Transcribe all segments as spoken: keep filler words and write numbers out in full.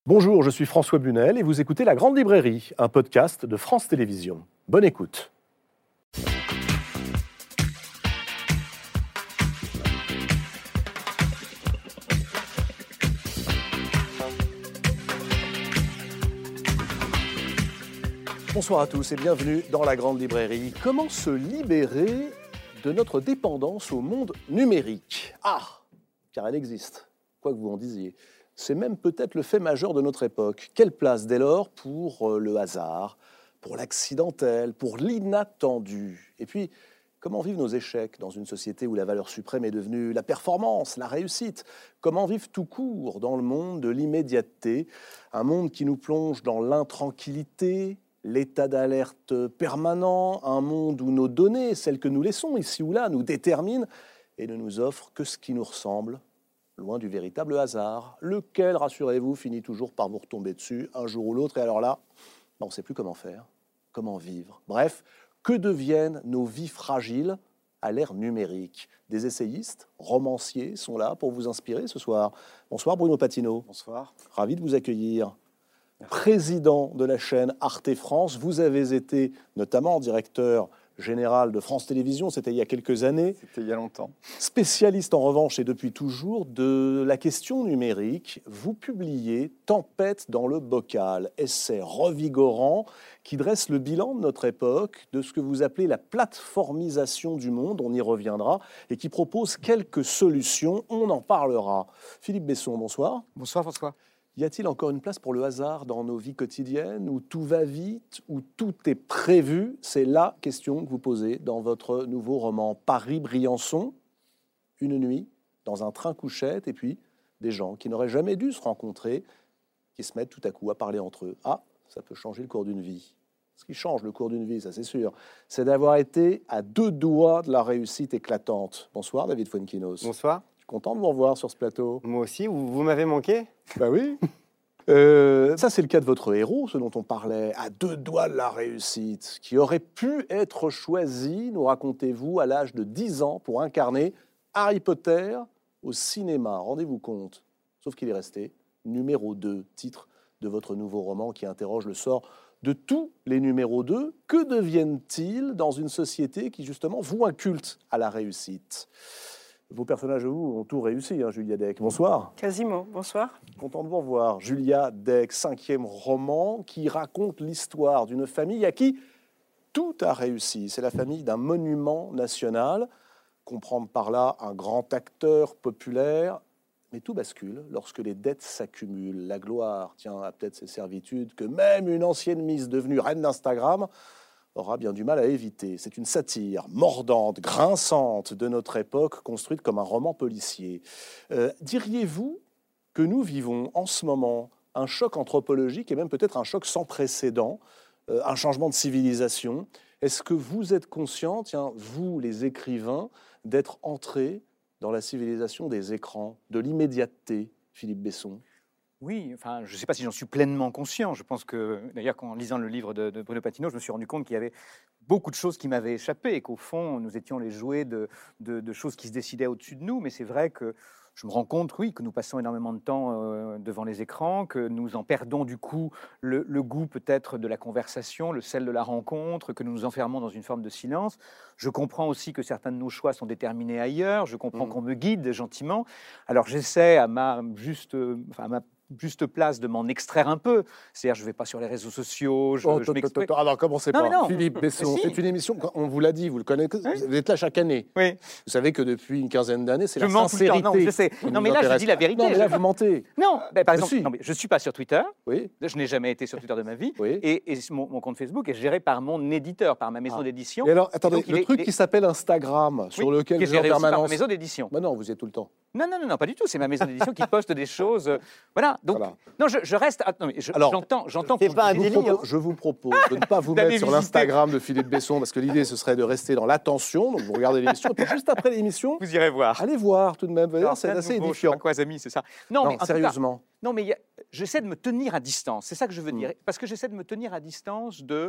Bonjour, je suis François Bunel et vous écoutez La Grande Librairie, un podcast de France Télévisions. Bonne écoute. Bonsoir à tous et bienvenue dans La Grande Librairie. Comment se libérer de notre dépendance au monde numérique ? Ah, car elle existe, quoi que vous en disiez. C'est même peut-être le fait majeur de notre époque. Quelle place dès lors pour le hasard, pour l'accidentel, pour l'inattendu ? Et puis, comment vivre nos échecs dans une société où la valeur suprême est devenue la performance, la réussite ? Comment vivre tout court dans le monde de l'immédiateté ? Un monde qui nous plonge dans l'intranquillité, l'état d'alerte permanent, un monde où nos données, celles que nous laissons ici ou là, nous déterminent et ne nous offrent que ce qui nous ressemble, loin du véritable hasard, lequel, rassurez-vous, finit toujours par vous retomber dessus un jour ou l'autre. Et alors là, on ne sait plus comment faire, comment vivre. Bref, que deviennent nos vies fragiles à l'ère numérique ? Des essayistes, romanciers sont là pour vous inspirer ce soir. Bonsoir Bruno Patino. Bonsoir. Ravi de vous accueillir. Président de la chaîne Arte France, vous avez été notamment directeur général de France Télévisions, c'était il y a quelques années. C'était il y a longtemps. Spécialiste en revanche et depuis toujours de la question numérique, vous publiez Tempête dans le bocal, essai revigorant qui dresse le bilan de notre époque, de ce que vous appelez la plateformisation du monde, on y reviendra, et qui propose quelques solutions, on en parlera. Philippe Besson, bonsoir. Bonsoir François. Y a-t-il encore une place pour le hasard dans nos vies quotidiennes, où tout va vite, où tout est prévu ? C'est la question que vous posez dans votre nouveau roman Paris-Briançon. Une nuit, dans un train-couchette, et puis des gens qui n'auraient jamais dû se rencontrer, qui se mettent tout à coup à parler entre eux. Ah, ça peut changer le cours d'une vie. Ce qui change le cours d'une vie, ça c'est sûr, c'est d'avoir été à deux doigts de la réussite éclatante. Bonsoir David Fuenquinos. Bonsoir. Content de vous revoir sur ce plateau. Moi aussi, vous, vous m'avez manqué ? Ben oui. Euh, ça, c'est le cas de votre héros, ce dont on parlait, à deux doigts de la réussite, qui aurait pu être choisi, nous racontez-vous, à l'âge de dix ans, pour incarner Harry Potter au cinéma. Rendez-vous compte. Sauf qu'il est resté numéro deux, titre de votre nouveau roman qui interroge le sort de tous les numéros deux. Que deviennent-ils dans une société qui, justement, voue un culte à la réussite ? Vos personnages, vous, ont tout réussi, hein, Julia Deck. Bonsoir. Quasiment, bonsoir. Content de vous revoir. Julia Deck, cinquième roman qui raconte l'histoire d'une famille à qui tout a réussi. C'est la famille d'un monument national. Comprendre par là un grand acteur populaire. Mais tout bascule lorsque les dettes s'accumulent. La gloire tient à peut-être ses servitudes que même une ancienne Miss devenue reine d'Instagram aura bien du mal à éviter. C'est une satire mordante, grinçante de notre époque, construite comme un roman policier. Euh, diriez-vous que nous vivons en ce moment un choc anthropologique et même peut-être un choc sans précédent, euh, un changement de civilisation ? Est-ce que vous êtes conscient, tiens, vous les écrivains, d'être entrés dans la civilisation des écrans, de l'immédiateté, Philippe Besson ? Oui, enfin, je ne sais pas si j'en suis pleinement conscient. Je pense que, d'ailleurs, en lisant le livre de, de Bruno Patino, je me suis rendu compte qu'il y avait beaucoup de choses qui m'avaient échappé et qu'au fond, nous étions les jouets de, de, de choses qui se décidaient au-dessus de nous. Mais c'est vrai que je me rends compte, oui, que nous passons énormément de temps euh, devant les écrans, que nous en perdons du coup le, le goût peut-être de la conversation, le sel de la rencontre, que nous nous enfermons dans une forme de silence. Je comprends aussi que certains de nos choix sont déterminés ailleurs. Je comprends mmh. qu'on me guide gentiment. Alors j'essaie à ma juste, enfin, à ma juste place de m'en extraire un peu. C'est-à-dire, je ne vais pas sur les réseaux sociaux, je, oh, je m'exprime. Alors, commencez pas. Non. Philippe Besson, si. C'est une émission, on vous l'a dit, vous le connaissez, oui. Vous êtes là chaque année. Oui. Vous savez que depuis une quinzaine d'années, c'est je la mens sincérité. Non, je sais. Non, mais là, je dis la vérité. Non, mais là, vous mentez. Non, ben, par je exemple, non, mais je ne suis pas sur Twitter. Oui. Je n'ai jamais été sur Twitter de ma vie. Oui. Et, et mon, mon compte Facebook est géré par mon éditeur, par ma maison ah. d'édition. Et alors, attendez, et le est, truc est... qui s'appelle Instagram, oui, sur lequel qui est vous êtes en géré permanence. Par ma maison d'édition. Bah non, vous y êtes tout le temps. Non, non, non, non, pas du tout. C'est ma maison d'édition qui poste des choses. Euh, voilà. Donc, voilà. non, je, je reste. Ah, non, mais je, Alors, j'entends, j'entends. Je, pas vous propose, je vous propose de ne pas vous mettre sur l'Instagram de Philippe Besson, parce que l'idée ce serait de rester dans l'attention. Donc vous regardez l'émission, et puis juste après l'émission, vous irez voir. Allez voir tout de même. Alors, c'est assez nouveau, édifiant. Je sais pas quoi, amis, c'est ça. Non, non mais sérieusement. Cas, non, mais a, j'essaie de me tenir à distance. C'est ça que je veux mmh. dire, parce que j'essaie de me tenir à distance de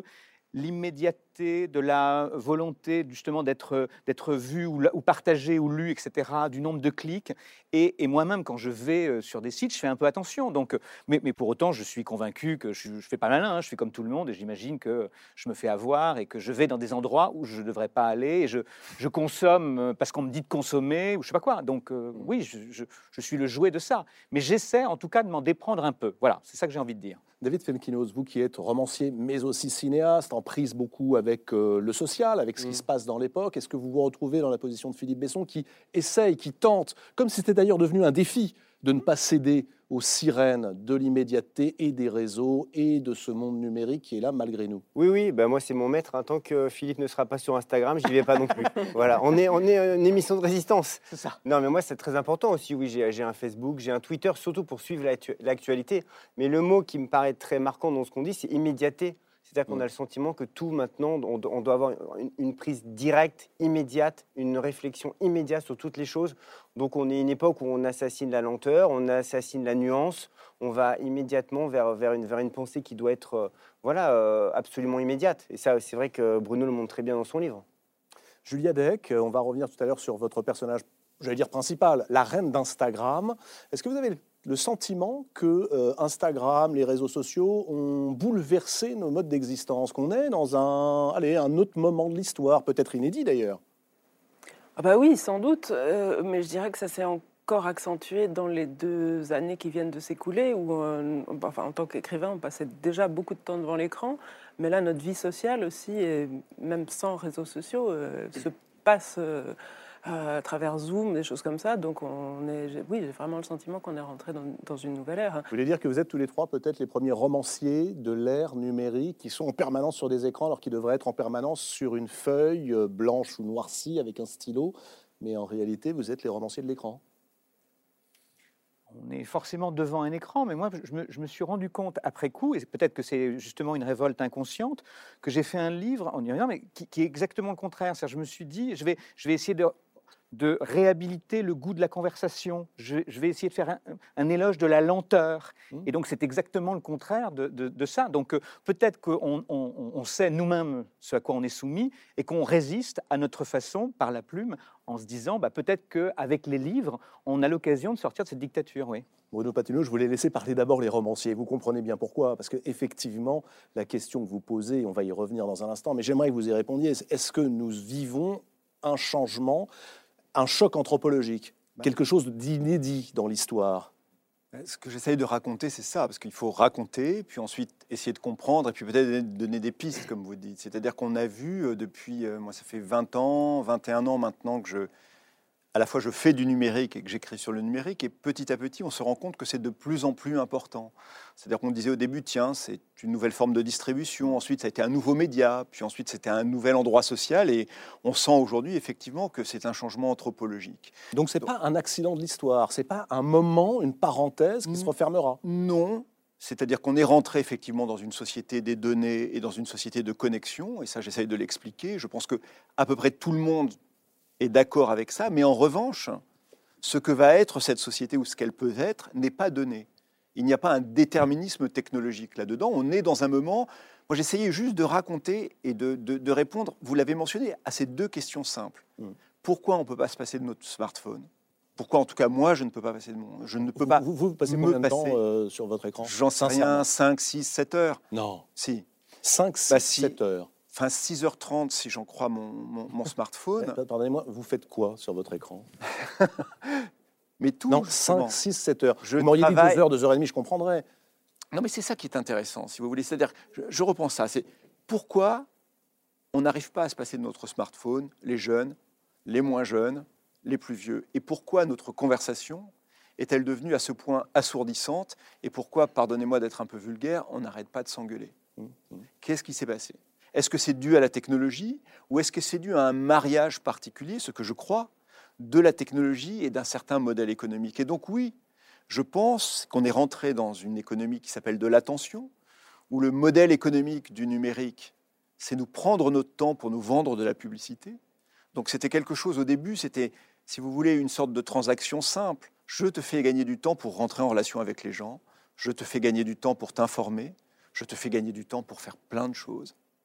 l'immédiateté, de la volonté justement d'être d'être vu ou, ou partagé ou lu, et cetera, du nombre de clics. Et, et moi-même, quand je vais sur des sites, je fais un peu attention. Donc, mais, mais pour autant, je suis convaincu que je ne fais pas malin, hein, je fais comme tout le monde et j'imagine que je me fais avoir et que je vais dans des endroits où je ne devrais pas aller et je, je consomme parce qu'on me dit de consommer ou je ne sais pas quoi. Donc euh, oui, je, je, je suis le jouet de ça. Mais j'essaie en tout cas de m'en déprendre un peu. Voilà, c'est ça que j'ai envie de dire. David Fenkinos, vous qui êtes romancier, mais aussi cinéaste, en prise beaucoup avec euh, le social, avec ce qui Mm. se passe dans l'époque, est-ce que vous vous retrouvez dans la position de Philippe Besson qui essaye, qui tente, comme si c'était d'ailleurs devenu un défi, de ne pas céder aux sirènes de l'immédiateté et des réseaux et de ce monde numérique qui est là malgré nous? Oui, oui, bah moi c'est mon maître. Hein. Tant que Philippe ne sera pas sur Instagram, j'y vais pas non plus. Voilà, on est, on est une émission de résistance. C'est ça. Non, mais moi c'est très important aussi. Oui, j'ai j'ai un Facebook, j'ai un Twitter, surtout pour suivre l'actu- l'actualité. Mais le mot qui me paraît très marquant dans ce qu'on dit, c'est immédiateté. C'est-à-dire qu'on Mm. a le sentiment que tout maintenant, on, do- on doit avoir une, une prise directe, immédiate, une réflexion immédiate sur toutes les choses. Donc on est une époque où on assassine la lenteur, on assassine la nuance, on va immédiatement vers, vers, une, vers une pensée qui doit être euh, voilà, euh, absolument immédiate. Et ça, c'est vrai que Bruno le montre très bien dans son livre. Julia Deck, on va revenir tout à l'heure sur votre personnage, j'allais dire principal, la reine d'Instagram. Est-ce que vous avez le sentiment que euh, Instagram, les réseaux sociaux ont bouleversé nos modes d'existence, qu'on est dans un, allez, un autre moment de l'histoire, peut-être inédit d'ailleurs? Ah bah oui, sans doute, euh, mais je dirais que ça s'est encore accentué dans les deux années qui viennent de s'écouler, où euh, enfin, en tant qu'écrivain, on passait déjà beaucoup de temps devant l'écran, mais là, notre vie sociale aussi, et même sans réseaux sociaux, euh, se passe euh, à travers Zoom, des choses comme ça. Donc, on est, j'ai- oui, j'ai vraiment le sentiment qu'on est rentré dans, dans une nouvelle ère. Vous voulez dire que vous êtes tous les trois peut-être les premiers romanciers de l'ère numérique qui sont en permanence sur des écrans alors qu'ils devraient être en permanence sur une feuille euh, blanche ou noircie avec un stylo, mais en réalité, vous êtes les romanciers de l'écran. On est forcément devant un écran, mais moi, je me, je me suis rendu compte après coup, et peut-être que c'est justement une révolte inconsciente, que j'ai fait un livre en y revenant, mais qui, qui est exactement le contraire. C'est-à-dire, je me suis dit, je vais, je vais essayer de, de réhabiliter le goût de la conversation. Je, je vais essayer de faire un, un éloge de la lenteur. Mmh. Et donc, c'est exactement le contraire de, de, de ça. Donc, euh, peut-être qu'on on, on sait nous-mêmes ce à quoi on est soumis et qu'on résiste à notre façon, par la plume, en se disant, bah, peut-être qu'avec les livres, on a l'occasion de sortir de cette dictature, oui. Bruno Patino, je voulais laisser parler d'abord les romanciers. Vous comprenez bien pourquoi. Parce qu'effectivement, la question que vous posez, on va y revenir dans un instant, mais j'aimerais que vous y répondiez. Est-ce que nous vivons un changement, un choc anthropologique, quelque chose d'inédit dans l'histoire? Ce que j'essaye de raconter, c'est ça, parce qu'il faut raconter, puis ensuite essayer de comprendre, et puis peut-être donner des pistes, comme vous dites. C'est-à-dire qu'on a vu euh, depuis, euh, moi ça fait vingt ans, vingt et un ans maintenant que je, à la fois je fais du numérique et que j'écris sur le numérique, et petit à petit on se rend compte que c'est de plus en plus important. C'est-à-dire qu'on disait au début, tiens, c'est une nouvelle forme de distribution, ensuite ça a été un nouveau média, puis ensuite c'était un nouvel endroit social, et on sent aujourd'hui effectivement que c'est un changement anthropologique. Donc c'est pas un accident de l'histoire, c'est pas un moment, une parenthèse qui se refermera. Non, c'est-à-dire qu'on est rentré effectivement dans une société des données et dans une société de connexion, et ça j'essaye de l'expliquer. Je pense que à peu près tout le monde est d'accord avec ça, mais en revanche, ce que va être cette société ou ce qu'elle peut être n'est pas donné. Il n'y a pas un déterminisme technologique là-dedans. On est dans un moment. Moi, j'essayais juste de raconter et de, de, de répondre, vous l'avez mentionné, à ces deux questions simples. Mmh. Pourquoi on ne peut pas se passer de notre smartphone? Pourquoi, en tout cas, moi, je ne peux pas passer de mon... Je ne peux vous, pas vous, vous passez me combien de temps passer... euh, sur votre écran? J'en sais rien, cinq, six, sept heures. Non. Si. cinq, six, bah, si. sept heures. Enfin, six heures trente, si j'en crois mon, mon, mon smartphone. Pardonnez-moi, vous faites quoi sur votre écran? Mais tout, non, cinq, six, sept heures. Je vous m'auriez travaille... dit deux heures, deux heures et demie, je comprendrais. Non, mais c'est ça qui est intéressant, si vous voulez. C'est-à-dire, je, je reprends ça. C'est pourquoi on n'arrive pas à se passer de notre smartphone, les jeunes, les moins jeunes, les plus vieux, et pourquoi notre conversation est-elle devenue à ce point assourdissante, et pourquoi, pardonnez-moi d'être un peu vulgaire, on n'arrête pas de s'engueuler. Mmh. Qu'est-ce qui s'est passé? Est-ce que c'est dû à la technologie, ou est-ce que c'est dû à un mariage particulier, ce que je crois, de la technologie et d'un certain modèle économique? Et donc oui, je pense qu'on est rentré dans une économie qui s'appelle de l'attention, où le modèle économique du numérique, c'est nous prendre notre temps pour nous vendre de la publicité. Donc c'était quelque chose au début, c'était, si vous voulez, une sorte de transaction simple. Je te fais gagner du temps pour rentrer en relation avec les gens, je te fais gagner du temps pour t'informer, je te fais gagner du temps pour faire plein de choses.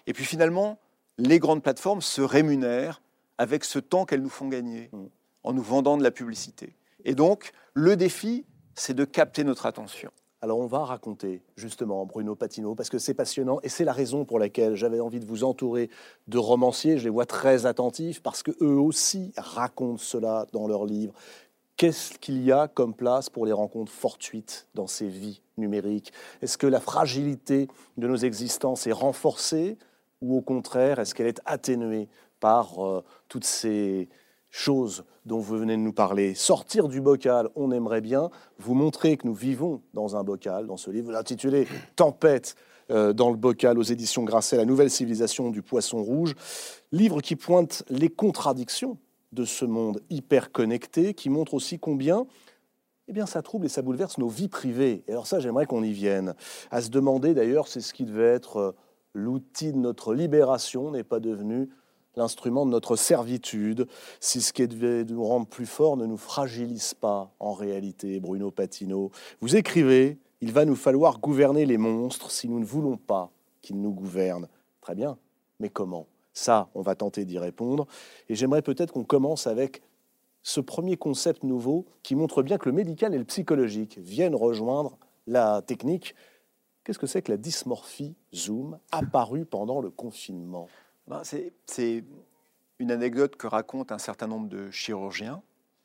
Et puis finalement, les grandes plateformes se rémunèrent avec ce temps qu'elles nous font gagner Mm. en nous vendant de la publicité. Et donc, le défi, c'est de capter notre attention. Alors on va raconter justement Bruno Patino parce que c'est passionnant et c'est la raison pour laquelle j'avais envie de vous entourer de romanciers. Je les vois très attentifs parce que eux aussi racontent cela dans leurs livres. Qu'est-ce qu'il y a comme place pour les rencontres fortuites dans ces vies numériques? Est-ce que la fragilité de nos existences est renforcée ou au contraire, est-ce qu'elle est atténuée par euh, toutes ces choses dont vous venez de nous parler? Sortir du bocal, on aimerait bien vous montrer que nous vivons dans un bocal, dans ce livre intitulé « Tempête euh, dans le bocal » aux éditions Grasset, la nouvelle civilisation du poisson rouge. Livre qui pointe les contradictions de ce monde hyper connecté, qui montre aussi combien eh bien, ça trouble et ça bouleverse nos vies privées. Et alors ça, j'aimerais qu'on y vienne. À se demander, d'ailleurs, c'est ce qui devait être euh, l'outil de notre libération, n'est pas devenu l'instrument de notre servitude, si ce qui devait nous rendre plus forts ne nous fragilise pas en réalité. Bruno Patino, vous écrivez « Il va nous falloir gouverner les monstres si nous ne voulons pas qu'ils nous gouvernent ». Très bien, mais comment? Ça, on va tenter d'y répondre. Et j'aimerais peut-être qu'on commence avec ce premier concept nouveau qui montre bien que le médical et le psychologique viennent rejoindre la technique. Qu'est-ce que c'est que la dysmorphie Zoom apparue pendant le confinement? Ben, c'est, c'est une anecdote que racontent un certain nombre de chirurgiens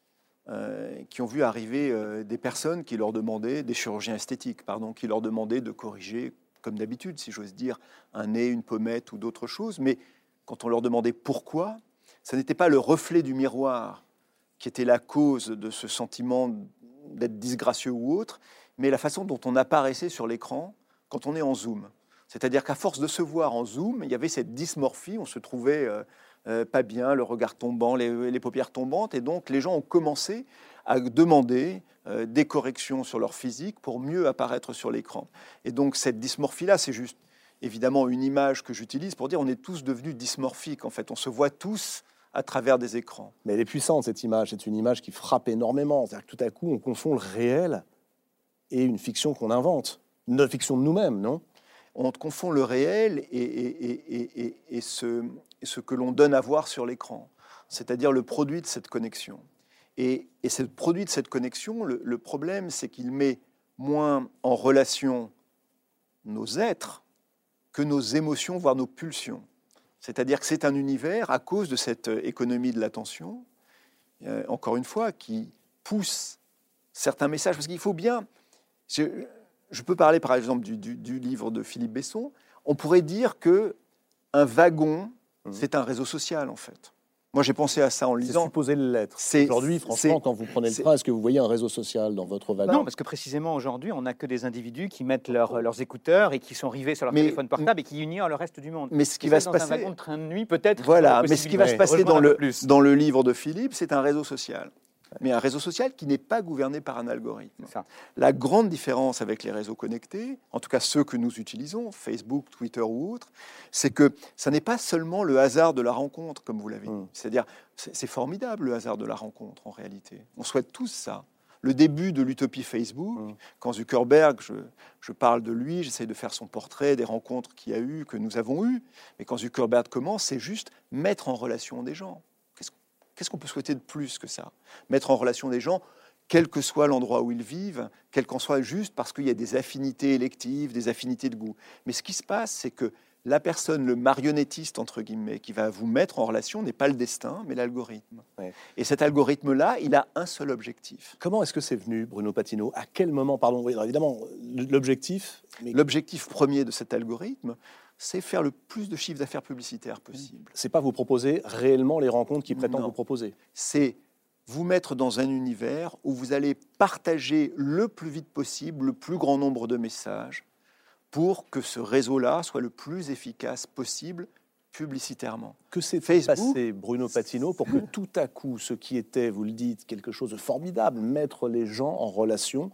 euh, qui ont vu arriver euh, des personnes qui leur demandaient, des chirurgiens esthétiques, pardon, qui leur demandaient de corriger, comme d'habitude, si j'ose dire, un nez, une pommette ou d'autres choses. Mais quand on leur demandait pourquoi, ça n'était pas le reflet du miroir qui était la cause de ce sentiment d'être disgracieux ou autre, mais la façon dont on apparaissait sur l'écran quand on est en Zoom. C'est-à-dire qu'à force de se voir en Zoom, il y avait cette dysmorphie, on se trouvait euh, euh, pas bien, le regard tombant, les, les paupières tombantes, et donc les gens ont commencé à demander euh, des corrections sur leur physique pour mieux apparaître sur l'écran. Et donc cette dysmorphie-là, c'est juste évidemment une image que j'utilise pour dire on est tous devenus dysmorphiques, en fait, on se voit tous à travers des écrans. Mais elle est puissante, cette image, c'est une image qui frappe énormément. C'est-à-dire que tout à coup, on confond le réel et une fiction qu'on invente, une fiction de nous-mêmes, non ? On confond le réel et, et, et, et, et, ce, et ce que l'on donne à voir sur l'écran, c'est-à-dire le produit de cette connexion. Et, et ce produit de cette connexion, le, le problème, c'est qu'il met moins en relation nos êtres que nos émotions, voire nos pulsions. C'est-à-dire que c'est un univers, à cause de cette économie de l'attention, euh, encore une fois, qui pousse certains messages. Parce qu'il faut bien... Je, Je peux parler par exemple du, du, du livre de Philippe Besson. On pourrait dire que un wagon, mmh. c'est un réseau social en fait. Moi j'ai pensé à ça en lisant. C'est supposé l'être. Aujourd'hui, franchement, quand vous prenez le train, est-ce que vous voyez un réseau social dans votre wagon? Non, parce que précisément aujourd'hui, on n'a que des individus qui mettent leur, leurs écouteurs et qui sont rivés sur leur mais, téléphone portable et qui ignorent le reste du monde. Mais ce qui et va ça, se dans passer un wagon de train de nuit, peut-être. Voilà. Mais ce qui va se passer dans le plus. dans le livre de Philippe, c'est un réseau social. Mais un réseau social qui n'est pas gouverné par un algorithme. Ça. La grande différence avec les réseaux connectés, en tout cas ceux que nous utilisons, Facebook, Twitter ou autres, c'est que ça n'est pas seulement le hasard de la rencontre, comme vous l'avez dit. Mmh. C'est-à-dire, c'est, c'est formidable le hasard de la rencontre, en réalité. On souhaite tous ça. Le début de l'utopie Facebook, mmh. quand Zuckerberg, je, je parle de lui, j'essaie de faire son portrait des rencontres qu'il y a eu, que nous avons eues, mais quand Zuckerberg commence, c'est juste mettre en relation des gens. Qu'est-ce qu'on peut souhaiter de plus que ça? Mettre en relation des gens, quel que soit l'endroit où ils vivent, quel qu'en soit, juste parce qu'il y a des affinités électives, des affinités de goût. Mais ce qui se passe, c'est que la personne, le marionnettiste, entre guillemets, qui va vous mettre en relation, n'est pas le destin, mais l'algorithme. Ouais. Et cet algorithme-là, il a un seul objectif. Comment est-ce que c'est venu, Bruno Patino? À quel moment, pardon, oui, alors évidemment, l'objectif... Mais... L'objectif premier de cet algorithme, c'est faire le plus de chiffre d'affaires publicitaire possible. C'est pas vous proposer réellement les rencontres qu'il prétend vous proposer. C'est vous mettre dans un univers où vous allez partager le plus vite possible le plus grand nombre de messages pour que ce réseau-là soit le plus efficace possible publicitairement. Que s'est passé, Bruno Patino, pour que tout à coup, ce qui était, vous le dites, quelque chose de formidable, mettre les gens en relation,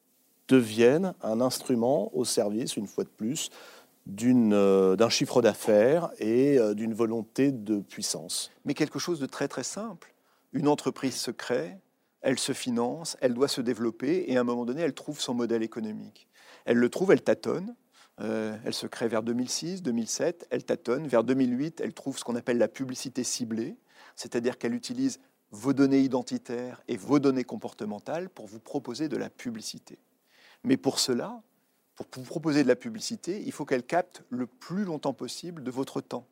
devienne un instrument au service, une fois de plus, D'une, euh, d'un chiffre d'affaires et euh, d'une volonté de puissance. Mais quelque chose de très très simple. Une entreprise se crée, elle se finance, elle doit se développer et à un moment donné, elle trouve son modèle économique. Elle le trouve, elle tâtonne. Euh, elle se crée vers deux mille six, deux mille sept, elle tâtonne. Vers deux mille huit, elle trouve ce qu'on appelle la publicité ciblée, c'est-à-dire qu'elle utilise vos données identitaires et vos données comportementales pour vous proposer de la publicité. Mais pour cela, pour vous proposer de la publicité, il faut qu'elle capte le plus longtemps possible de votre temps.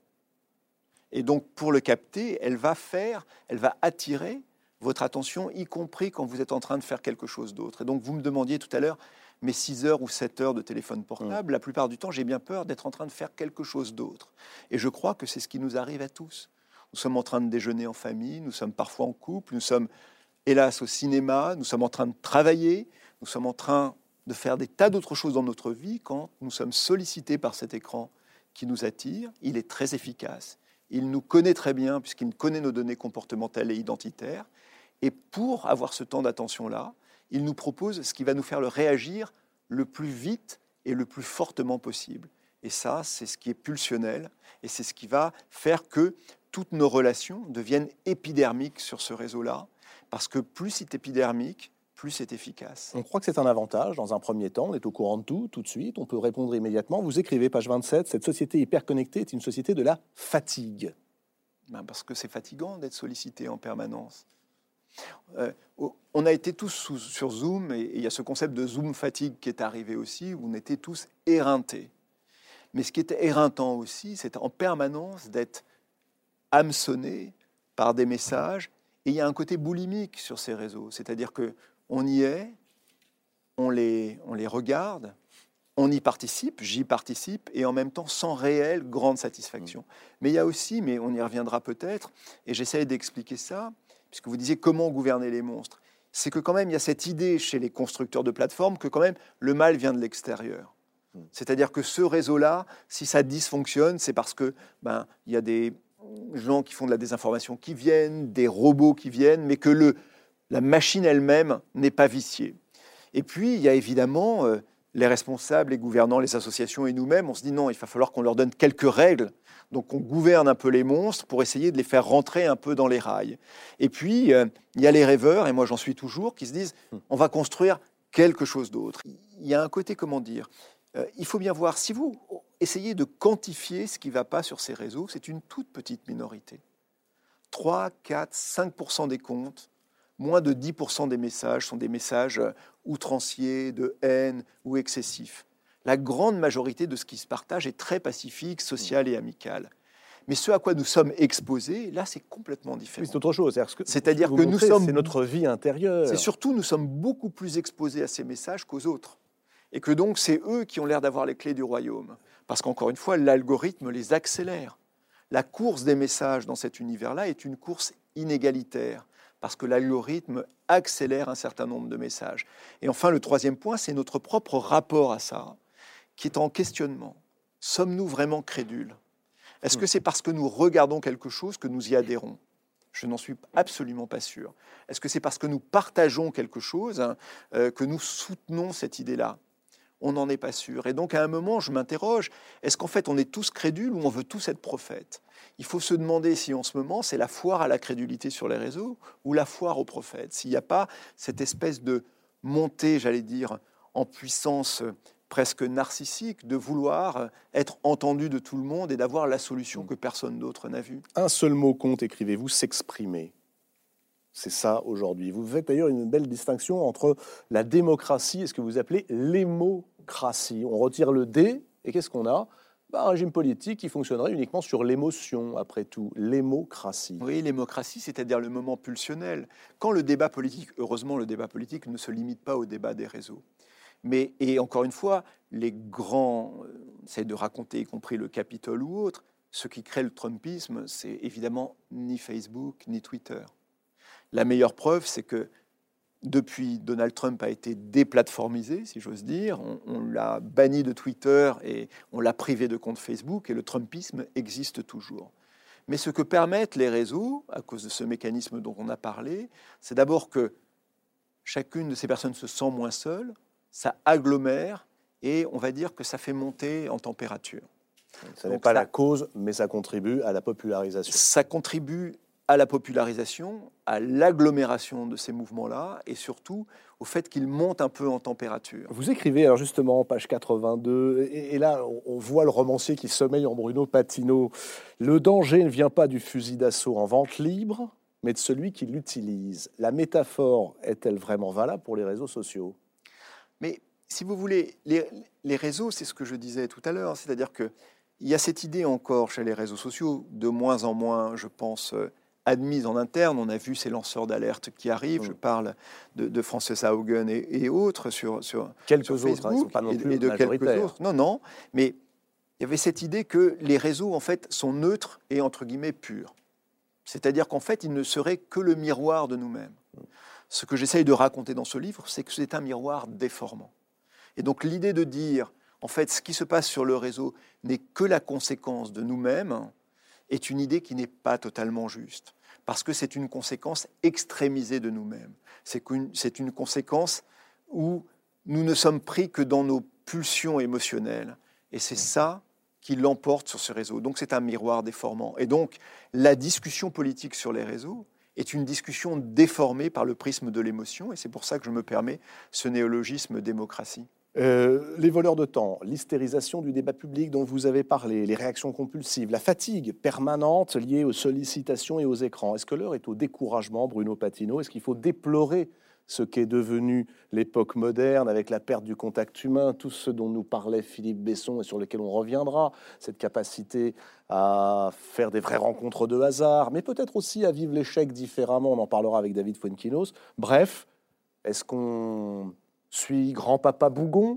Et donc, pour le capter, elle va faire, elle va attirer votre attention, y compris quand vous êtes en train de faire quelque chose d'autre. Et donc, vous me demandiez tout à l'heure, mes six heures ou sept heures de téléphone portable, mmh. la plupart du temps, j'ai bien peur d'être en train de faire quelque chose d'autre. Et je crois que c'est ce qui nous arrive à tous. Nous sommes en train de déjeuner en famille, nous sommes parfois en couple, nous sommes, hélas, au cinéma, nous sommes en train de travailler, nous sommes en train de faire des tas d'autres choses dans notre vie. Quand nous sommes sollicités par cet écran qui nous attire, il est très efficace. Il nous connaît très bien puisqu'il connaît nos données comportementales et identitaires. Et pour avoir ce temps d'attention-là, il nous propose ce qui va nous faire le réagir le plus vite et le plus fortement possible. Et ça, c'est ce qui est pulsionnel et c'est ce qui va faire que toutes nos relations deviennent épidermiques sur ce réseau-là, parce que plus c'est épidermique, plus c'est efficace. On croit que c'est un avantage dans un premier temps, on est au courant de tout, tout de suite, on peut répondre immédiatement. Vous écrivez, page vingt-sept, cette société hyper-connectée est une société de la fatigue. Ben parce que c'est fatigant d'être sollicité en permanence. Euh, on a été tous sous, sur Zoom, et il y a ce concept de Zoom fatigue qui est arrivé aussi, où on était tous éreintés. Mais ce qui était éreintant aussi, c'est en permanence d'être hameçonné par des messages, et il y a un côté boulimique sur ces réseaux, c'est-à-dire qu'on y est, on les, on les regarde, on y participe, j'y participe, et en même temps sans réelle grande satisfaction. Mmh. Mais il y a aussi, mais on y reviendra peut-être, et j'essaie d'expliquer ça, puisque vous disiez comment gouverner les monstres, c'est que quand même il y a cette idée chez les constructeurs de plateformes que quand même le mal vient de l'extérieur. Mmh. C'est-à-dire que ce réseau-là, si ça dysfonctionne, c'est parce que ben, il y a des gens qui font de la désinformation qui viennent, des robots qui viennent, mais que le, la machine elle-même n'est pas viciée. Et puis, il y a évidemment euh, les responsables, les gouvernants, les associations et nous-mêmes. On se dit non, il va falloir qu'on leur donne quelques règles. Donc, on gouverne un peu les monstres pour essayer de les faire rentrer un peu dans les rails. Et puis, euh, il y a les rêveurs, et moi j'en suis toujours, qui se disent on va construire quelque chose d'autre. Il y a un côté, comment dire, euh, il faut bien voir, si vous essayez de quantifier ce qui ne va pas sur ces réseaux, c'est une toute petite minorité. trois, quatre, cinq pour cent des comptes, moins de dix pour cent des messages sont des messages outranciers, de haine ou excessifs. La grande majorité de ce qui se partage est très pacifique, social et amical. Mais ce à quoi nous sommes exposés, là, c'est complètement différent. Oui, c'est autre chose. C'est-à-dire que, C'est-à-dire que nous montrez, sommes... C'est notre vie intérieure. C'est surtout, nous sommes beaucoup plus exposés à ces messages qu'aux autres. Et que donc, c'est eux qui ont l'air d'avoir les clés du royaume. Parce qu'encore une fois, l'algorithme les accélère. La course des messages dans cet univers-là est une course inégalitaire, parce que l'algorithme accélère un certain nombre de messages. Et enfin, le troisième point, c'est notre propre rapport à ça, qui est en questionnement. Sommes-nous vraiment crédules ? Est-ce que c'est parce que nous regardons quelque chose que nous y adhérons ? Je n'en suis absolument pas sûr. Est-ce que c'est parce que nous partageons quelque chose hein, euh, que nous soutenons cette idée-là ? On n'en est pas sûr. Et donc, à un moment, je m'interroge, est-ce qu'en fait, on est tous crédules ou on veut tous être prophètes ? Il faut se demander si, en ce moment, c'est la foire à la crédulité sur les réseaux ou la foire aux prophètes. S'il n'y a pas cette espèce de montée, j'allais dire, en puissance presque narcissique, de vouloir être entendu de tout le monde et d'avoir la solution que personne d'autre n'a vue. Un seul mot compte, écrivez-vous, s'exprimer. C'est ça aujourd'hui. Vous faites d'ailleurs une belle distinction entre la démocratie et ce que vous appelez l'émocratie. On retire le D et qu'est-ce qu'on a ? Ben, un régime politique qui fonctionnerait uniquement sur l'émotion, après tout. L'émocratie. Oui, l'émocratie, c'est-à-dire le moment pulsionnel. Quand le débat politique, heureusement, le débat politique ne se limite pas au débat des réseaux. Mais, et encore une fois, les grands euh, essayent de raconter, y compris le Capitole ou autre, ce qui crée le Trumpisme, c'est évidemment ni Facebook, ni Twitter. La meilleure preuve, c'est que depuis, Donald Trump a été déplatformisé, si j'ose dire. On, on l'a banni de Twitter et on l'a privé de compte Facebook, et le Trumpisme existe toujours. Mais ce que permettent les réseaux, à cause de ce mécanisme dont on a parlé, c'est d'abord que chacune de ces personnes se sent moins seule, ça agglomère, et on va dire que ça fait monter en température. Ça n'est pas ça, la cause, mais ça contribue à la popularisation. Ça contribue à la popularisation, à l'agglomération de ces mouvements-là, et surtout au fait qu'ils montent un peu en température. Vous écrivez, alors justement, page quatre-vingt-deux, et, et là, on, on voit le romancier qui sommeille en Bruno Patino. Le danger ne vient pas du fusil d'assaut en vente libre, mais de celui qui l'utilise. La métaphore est-elle vraiment valable pour les réseaux sociaux ? Mais si vous voulez, les, les réseaux, c'est ce que je disais tout à l'heure, c'est-à-dire qu'il y a cette idée encore chez les réseaux sociaux, de moins en moins, je pense, euh, admise en interne. On a vu ces lanceurs d'alerte qui arrivent. Mmh. Je parle de, de Frances Haugen et, et autres sur, sur, quelques sur autres, Facebook, hein, ils sont pas non plus et, et de quelques autres. Non, non, mais il y avait cette idée que les réseaux, en fait, sont neutres et, entre guillemets, purs. C'est-à-dire qu'en fait, ils ne seraient que le miroir de nous-mêmes. Mmh. Ce que j'essaye de raconter dans ce livre, c'est que c'est un miroir déformant. Et donc l'idée de dire, en fait, ce qui se passe sur le réseau n'est que la conséquence de nous-mêmes, est une idée qui n'est pas totalement juste. Parce que c'est une conséquence extrémisée de nous-mêmes. C'est qu'une, c'est une conséquence où nous ne sommes pris que dans nos pulsions émotionnelles. Et c'est ça qui l'emporte sur ce réseau. Donc c'est un miroir déformant. Et donc la discussion politique sur les réseaux est une discussion déformée par le prisme de l'émotion. Et c'est pour ça que je me permets ce néologisme démocratie. Euh, les voleurs de temps, l'hystérisation du débat public dont vous avez parlé, les réactions compulsives, la fatigue permanente liée aux sollicitations et aux écrans. Est-ce que l'heure est au découragement, Bruno Patino ? Est-ce qu'il faut déplorer ce qu'est devenu l'époque moderne avec la perte du contact humain, tout ce dont nous parlait Philippe Besson et sur lequel on reviendra, cette capacité à faire des vraies rencontres de hasard, mais peut-être aussi à vivre l'échec différemment, on en parlera avec David Fuenquinos. Bref, est-ce qu'on suis grand-papa Bougon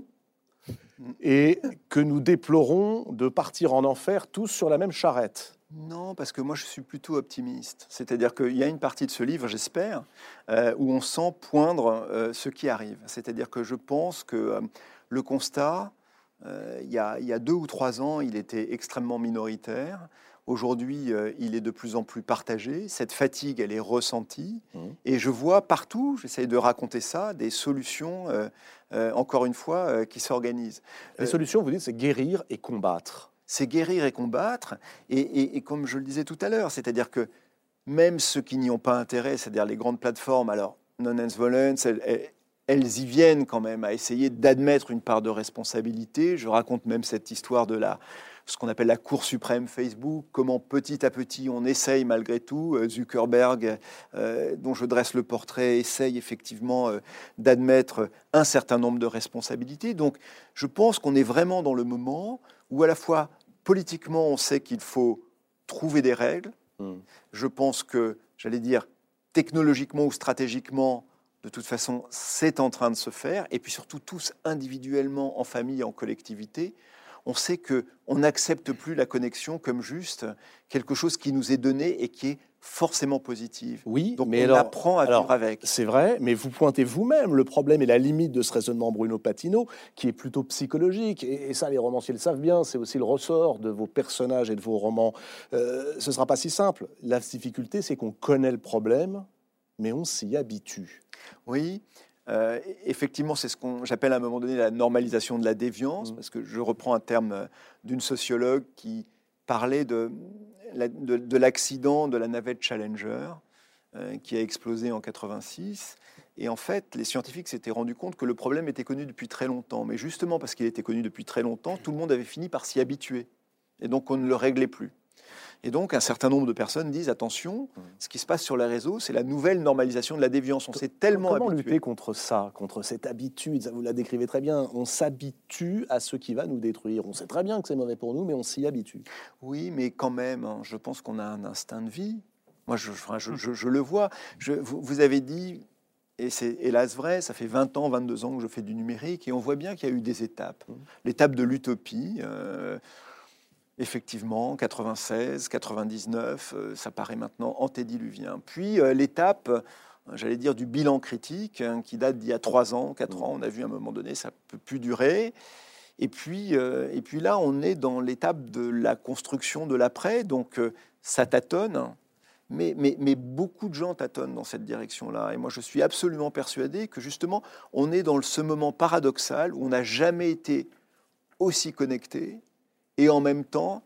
et que nous déplorons de partir en enfer tous sur la même charrette? Non, parce que moi je suis plutôt optimiste. C'est-à-dire qu'il y a une partie de ce livre, j'espère, euh, où on sent poindre euh, ce qui arrive. C'est-à-dire que je pense que euh, le constat, euh, il y a, il y a deux ou trois ans, il était extrêmement minoritaire. Aujourd'hui, euh, il est de plus en plus partagé. Cette fatigue, elle est ressentie. Mmh. Et je vois partout, j'essaye de raconter ça, des solutions, euh, euh, encore une fois, euh, qui s'organisent. Les euh, solutions, vous dites, c'est guérir et combattre. C'est guérir et combattre. Et, et, et comme je le disais tout à l'heure, c'est-à-dire que même ceux qui n'y ont pas intérêt, c'est-à-dire les grandes plateformes, alors non-violence, elles, elles, elles y viennent quand même à essayer d'admettre une part de responsabilité. Je raconte même cette histoire de la... ce qu'on appelle la Cour suprême Facebook, comment petit à petit on essaye malgré tout, Zuckerberg, euh, dont je dresse le portrait, essaye effectivement euh, d'admettre un certain nombre de responsabilités. Donc je pense qu'on est vraiment dans le moment où à la fois politiquement on sait qu'il faut trouver des règles. Mmh. Je pense que, j'allais dire, technologiquement ou stratégiquement, de toute façon, c'est en train de se faire. Et puis surtout tous individuellement, en famille, en collectivité, on sait qu'on n'accepte plus la connexion comme juste quelque chose qui nous est donné et qui est forcément positive. Oui, donc mais on alors, apprend à alors, vivre avec. C'est vrai, mais vous pointez vous-même le problème et la limite de ce raisonnement Bruno Patino, qui est plutôt psychologique. Et, et ça, les romanciers le savent bien, c'est aussi le ressort de vos personnages et de vos romans. Euh, ce ne sera pas si simple. La difficulté, c'est qu'on connaît le problème, mais on s'y habitue. Oui. Euh, effectivement, c'est ce qu'on j'appelle à un moment donné la normalisation de la déviance, mmh. parce que je reprends un terme d'une sociologue qui parlait de, de, de l'accident de la navette Challenger euh, qui a explosé en quatre-vingt-six. Et en fait, les scientifiques s'étaient rendus compte que le problème était connu depuis très longtemps. Mais justement, parce qu'il était connu depuis très longtemps, tout le monde avait fini par s'y habituer. Et donc, on ne le réglait plus. Et donc, un certain nombre de personnes disent, attention, ce qui se passe sur les réseaux, c'est la nouvelle normalisation de la déviance. On s'est tellement Comment habitué. lutter contre ça, contre cette habitude? Ça, vous la décrivez très bien. On s'habitue à ce qui va nous détruire. On sait très bien que c'est mauvais pour nous, mais on s'y habitue. Oui, mais quand même, hein, je pense qu'on a un instinct de vie. Moi, je, je, je, je le vois. Je, vous, vous avez dit, et c'est hélas vrai, ça fait vingt ans, vingt-deux ans que je fais du numérique, et on voit bien qu'il y a eu des étapes. Mmh. L'étape de l'utopie... Euh, Effectivement, quatre-vingt-seize, quatre-vingt-dix-neuf, euh, ça paraît maintenant antédiluvien. Puis euh, l'étape, euh, j'allais dire, du bilan critique, hein, qui date d'il y a trois ans, quatre ans. On a vu à un moment donné, ça ne peut plus durer. Et puis, euh, et puis là, on est dans l'étape de la construction de l'après. Donc, euh, ça tâtonne. Mais, mais, mais beaucoup de gens tâtonnent dans cette direction-là. Et moi, je suis absolument persuadé que, justement, on est dans ce moment paradoxal où on n'a jamais été aussi connecté et en même temps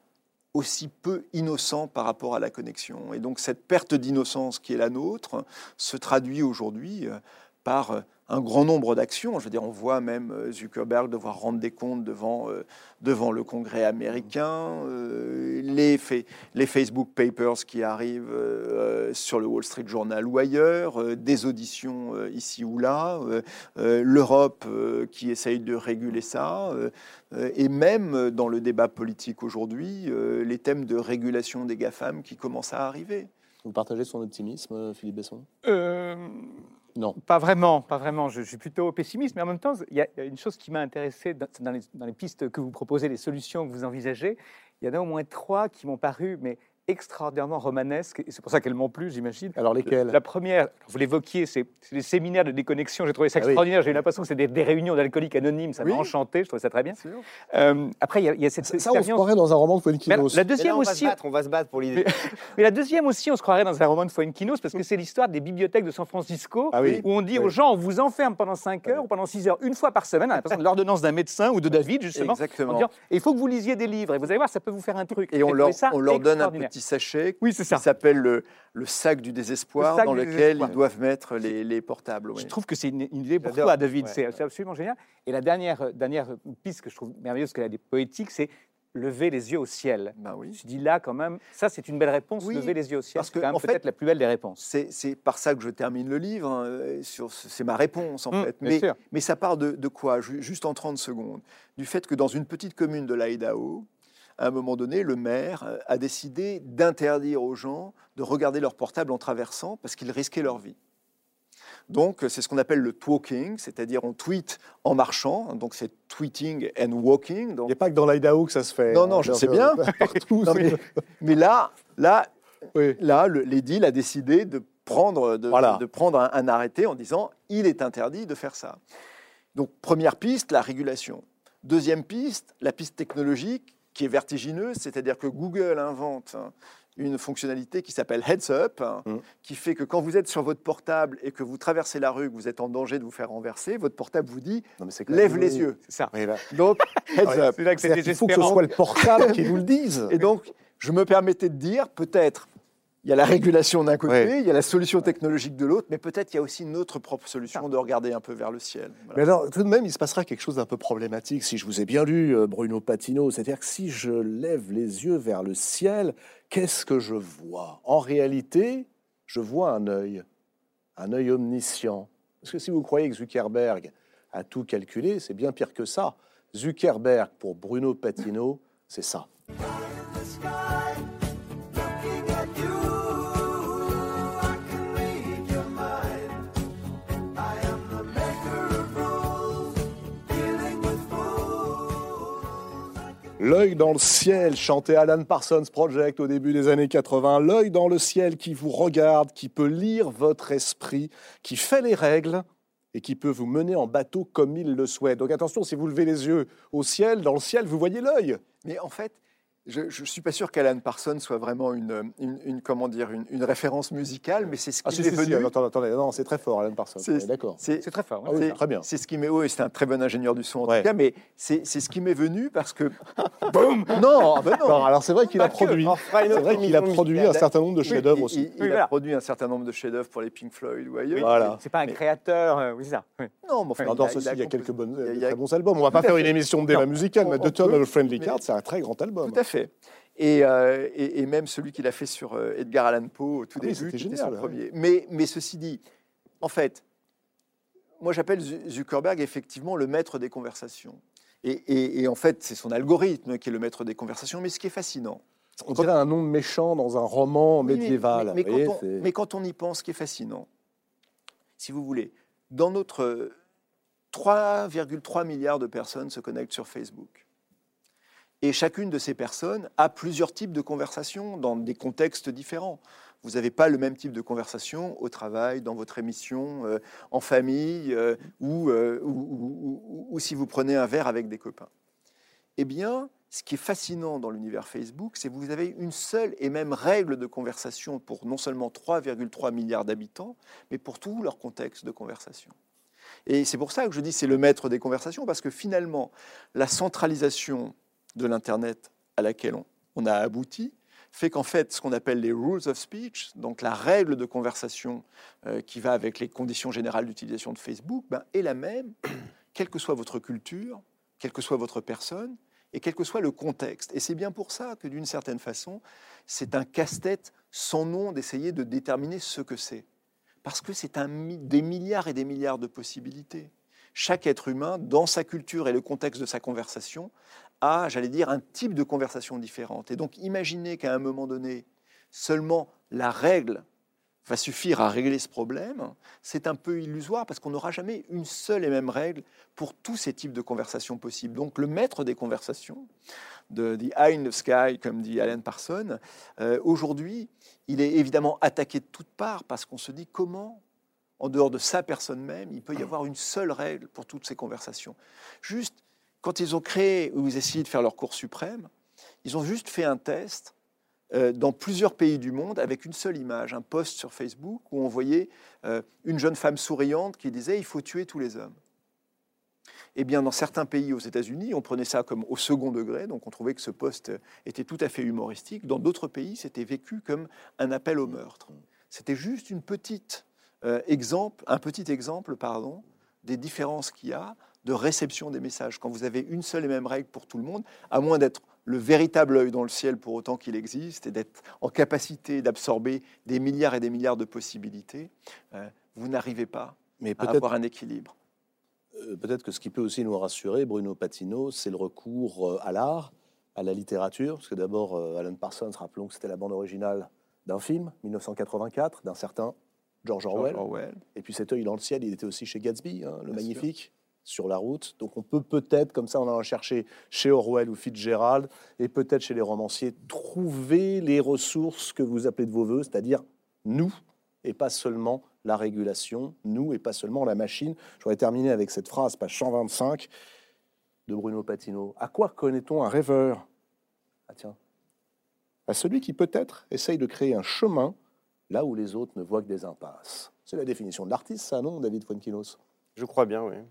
aussi peu innocent par rapport à la connexion. Et donc cette perte d'innocence qui est la nôtre se traduit aujourd'hui par un grand nombre d'actions. Je veux dire, on voit même Zuckerberg devoir rendre des comptes devant, euh, devant le Congrès américain, euh, les, fa- les Facebook Papers qui arrivent euh, sur le Wall Street Journal ou ailleurs, euh, des auditions euh, ici ou là, euh, euh, l'Europe euh, qui essaye de réguler ça, euh, euh, et même dans le débat politique aujourd'hui, euh, les thèmes de régulation des GAFAM qui commencent à arriver. Vous partagez son optimisme, Philippe Besson? Euh, Non. Pas vraiment, pas vraiment. Je, je suis plutôt pessimiste, mais en même temps, il y a une chose qui m'a intéressé dans, dans, les, dans les pistes que vous proposez, les solutions que vous envisagez. Il y en a au moins trois qui m'ont paru, mais extraordinairement romanesques, et c'est pour ça qu'elles m'ont plu, j'imagine. Alors lesquelles? La première, vous l'évoquiez, c'est c'est les séminaires de déconnexion. J'ai trouvé ça Ah oui. extraordinaire. J'ai eu l'impression que c'était des, des réunions d'alcooliques anonymes. Ça Oui. m'a enchanté. Je trouvais ça très bien. Euh, après, il y a, il y a cette Ça, ça, on se expérience- croirait dans un roman de Mais alors, Fuenquinos. la Et là, deuxième on va aussi, se battre, on va se battre pour l'idée. mais la deuxième aussi, on se croirait dans un roman de Fuenquinos parce que c'est l'histoire des bibliothèques de San Francisco Ah oui. où on dit Oui. aux gens on vous enferme pendant cinq heures ou pendant six heures, une fois par semaine, à l'impression de l'ordonnance d'un médecin ou de David, justement. Exactement. En disant, et il faut que vous lisiez des livres et vous allez voir, ça peut vous faire un truc. Et on J'ai leur, trouvé ça on leur donne un extraordinaire. petit sachet Oui, c'est qui ça. s'appelle le, le sac du désespoir, Le sac dans du lequel désespoir. ils doivent mettre les, les portables. Je oui. trouve que c'est une, une idée pour J'adore. toi, David. Ouais, c'est ouais. c'est absolument génial. Et la dernière, euh, dernière piste que je trouve merveilleuse, qu'elle a des poétiques, c'est lever les yeux au ciel. Ben Je oui. me suis dit là, quand même, ça c'est une belle réponse, Oui, lever les yeux au ciel. parce C'est que, quand même en fait, peut-être la plus belle des réponses. C'est c'est par ça que je termine le livre. hein, euh, sur ce- C'est ma réponse, en Mmh, fait. bien Mais, sûr. mais ça part de, de quoi? Ju- Juste en trente secondes. Du fait que dans une petite commune de l'Idaho, à un moment donné, le maire euh, a décidé d'interdire aux gens de regarder leur portable en traversant parce qu'ils risquaient leur vie. Donc, c'est ce qu'on appelle le talking, c'est-à-dire on tweet en marchant, donc c'est tweeting and walking. Il Donc, n'y a pas que dans l'Idaho que ça se fait. Non, hein. non, je C'est sais bien. Partout. non, mais, mais là, là, Oui. là, le- l'édile a décidé de prendre, de, Voilà. de prendre un, un arrêté en disant il est interdit de faire ça. Donc, première piste, la régulation. Deuxième piste, la piste technologique qui est vertigineuse, c'est-à-dire que Google invente hein, une fonctionnalité qui s'appelle Heads Up, hein, Mm. qui fait que quand vous êtes sur votre portable et que vous traversez la rue, que vous êtes en danger de vous faire renverser, votre portable vous dit Non, mais c'est quand même- lève les yeux. C'est ça. Oui, là. Donc, Heads Ouais, Up. C'est là que c'est C'est-à-dire qu'il faut que ce désespérant. soit le portable qui nous le dise. Et donc, je me permettais de dire, peut-être, il y a la régulation d'un côté, Ouais. il y a la solution technologique de l'autre, mais peut-être il y a aussi notre propre solution de regarder un peu vers le ciel. Voilà. Mais alors, tout de même, il se passera quelque chose d'un peu problématique si je vous ai bien lu, euh, Bruno Patino. C'est-à-dire que si je lève les yeux vers le ciel, qu'est-ce que je vois? En réalité, je vois un œil, un œil omniscient. Parce que si vous croyez que Zuckerberg a tout calculé, c'est bien pire que ça. Zuckerberg, pour Bruno Patino, c'est ça. L'œil dans le ciel, chantait Alan Parsons Project au début des années quatre-vingts. L'œil dans le ciel qui vous regarde, qui peut lire votre esprit, qui fait les règles et qui peut vous mener en bateau comme il le souhaite. Donc attention, si vous levez les yeux au ciel, dans le ciel, vous voyez l'œil. Mais en fait, je ne suis pas sûr qu'Alan Parsons soit vraiment une, une, une- comment dire, une, une référence musicale, mais c'est ce qui Ah si, m'est si, si, venu. attendez, attendez, non, c'est très fort, Alan Parsons. C'est- on est D'accord. C'est C'est très fort. Ah oui, c'est- très bien. C'est ce qui m'est. Oui, c'est un très bon ingénieur du son en Ouais. tout cas, mais c'est c'est ce qui m'est venu parce que. Boum Non, ah ben non. Non, alors c'est vrai qu'il a Pas que, produit. on fera une C'est autre vrai qu'il a émission produit un musicale. certain nombre de Oui, chefs-d'œuvre il- aussi. Il, il Oui, a voilà. produit un certain nombre de chefs-d'œuvre pour les Pink Floyd ou ailleurs. Voilà. C'est pas un Mais- créateur. euh, oui, c'est ça. Oui. Non, mais enfin, Alors, il dans a- ceci, il y a composé- quelques bonnes, il y a- de il y a- très bons albums. On va pas faire une émission de débat musical, mais on The Turn peut, of a Friendly mais- Card, c'est un très grand album. Tout à fait. Et, euh, et, et même celui qu'il a fait sur euh, Edgar Allan Poe au tout Ah oui, début, c'était qui était génial, son ouais. premier. Mais, mais ceci dit, en fait, moi j'appelle Zu- Zuckerberg effectivement le maître des conversations. Et, et- et en fait, c'est son algorithme qui est le maître des conversations. Mais ce qui est fascinant, On dirait un nom méchant dans un roman Oui, mais- médiéval. Mais, mais vous voyez, quand on, c'est- mais quand on y pense, ce qui est fascinant, si vous voulez, dans notre euh, trois virgule trois milliards de personnes se connectent sur Facebook. Et chacune de ces personnes a plusieurs types de conversations dans des contextes différents. Vous n'avez pas le même type de conversation au travail, dans votre émission, euh, en famille, euh, ou, euh, ou- ou- ou- ou si vous prenez un verre avec des copains. Eh bien, ce qui est fascinant dans l'univers Facebook, c'est que vous avez une seule et même règle de conversation pour non seulement trois virgule trois milliards d'habitants, mais pour tout leur contexte de conversation. Et c'est pour ça que je dis c'est le maître des conversations, parce que finalement, la centralisation de l'Internet à laquelle on, on a abouti, fait qu'en fait, ce qu'on appelle les rules of speech, donc la règle de conversation euh, qui va avec les conditions générales d'utilisation de Facebook, ben, est la même, quelle que soit votre culture, quelle que soit votre personne, et quel que soit le contexte. Et c'est bien pour ça que, d'une certaine façon, c'est un casse-tête sans nom d'essayer de déterminer ce que c'est. Parce que c'est un, des milliards et des milliards de possibilités. Chaque être humain, dans sa culture et le contexte de sa conversation, a, j'allais dire, un type de conversation différente. Et donc, imaginez qu'à un moment donné, seulement la règle va suffire à régler ce problème, c'est un peu illusoire parce qu'on n'aura jamais une seule et même règle pour tous ces types de conversations possibles. Donc, le maître des conversations, de The Eye in the Sky, comme dit Alan Parsons, euh, aujourd'hui, il est évidemment attaqué de toutes parts parce qu'on se dit comment, en dehors de sa personne même, il peut y avoir une seule règle pour toutes ces conversations. Juste, quand ils ont créé, ou ils essayaient de faire leur cours suprême, ils ont juste fait un test euh, dans plusieurs pays du monde avec une seule image, un post sur Facebook où on voyait euh, une jeune femme souriante qui disait « il faut tuer tous les hommes ». Eh bien, dans certains pays aux États-Unis, on prenait ça comme au second degré, donc on trouvait que ce post était tout à fait humoristique. Dans d'autres pays, c'était vécu comme un appel au meurtre. C'était juste une petite, euh, exemple, un petit exemple pardon, des différences qu'il y a de réception des messages. Quand vous avez une seule et même règle pour tout le monde, à moins d'être le véritable œil dans le ciel pour autant qu'il existe et d'être en capacité d'absorber des milliards et des milliards de possibilités, euh, vous n'arrivez pas Mais à avoir un équilibre. Euh, peut-être que ce qui peut aussi nous rassurer, Bruno Patino, c'est le recours euh, à l'art, à la littérature, parce que d'abord, euh, Alan Parsons, rappelons que c'était la bande originale d'un film, dix-neuf cent quatre-vingt-quatre, d'un certain George Orwell. George Orwell. Et puis cet œil dans le ciel, il était aussi chez Gatsby, hein, le Bien magnifique, sur la route. Donc on peut peut-être, comme ça on en a cherché chez Orwell ou Fitzgerald, et peut-être chez les romanciers, trouver les ressources que vous appelez de vos voeux, c'est-à-dire nous, et pas seulement la régulation, nous, et pas seulement la machine. Je voudrais terminer avec cette phrase, page cent vingt-cinq, de Bruno Patino. À quoi connaît-on un rêveur ? Ah tiens, à celui qui peut-être essaye de créer un chemin là où les autres ne voient que des impasses. C'est la définition de l'artiste, ça, non, David Fuenquinos ? Je crois bien, oui.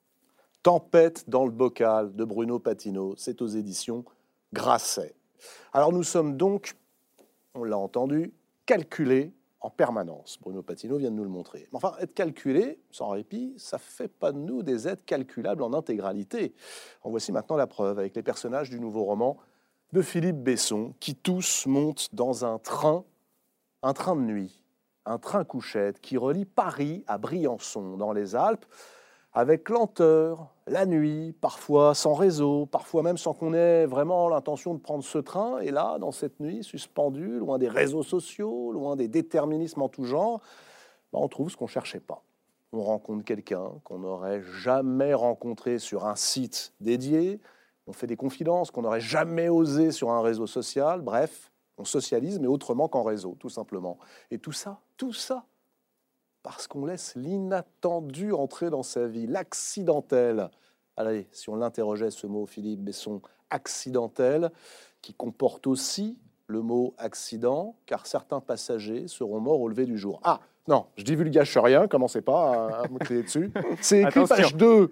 Tempête dans le bocal de Bruno Patino, c'est aux éditions Grasset. Alors nous sommes donc, on l'a entendu, calculés en permanence. Bruno Patino vient de nous le montrer. Mais enfin, être calculé, sans répit, ça ne fait pas de nous des êtres calculables en intégralité. En voici maintenant la preuve avec les personnages du nouveau roman de Philippe Besson, qui tous montent dans un train, un train de nuit, un train couchette qui relie Paris à Briançon, dans les Alpes, avec lenteur, la nuit, parfois sans réseau, parfois même sans qu'on ait vraiment l'intention de prendre ce train. Et là, dans cette nuit, suspendu, loin des réseaux sociaux, loin des déterminismes en tout genre, ben on trouve ce qu'on ne cherchait pas. On rencontre quelqu'un qu'on n'aurait jamais rencontré sur un site dédié, on fait des confidences qu'on n'aurait jamais osé sur un réseau social, bref, on socialise, mais autrement qu'en réseau, tout simplement. Et tout ça, tout ça, parce qu'on laisse l'inattendu entrer dans sa vie, l'accidentel. Allez, si on l'interrogeait, ce mot, Philippe Besson, accidentel, qui comporte aussi le mot accident, car certains passagers seront morts au lever du jour. Ah, non, je divulgage rien, commencez pas à me crier dessus. C'est écrit Attention. page deux.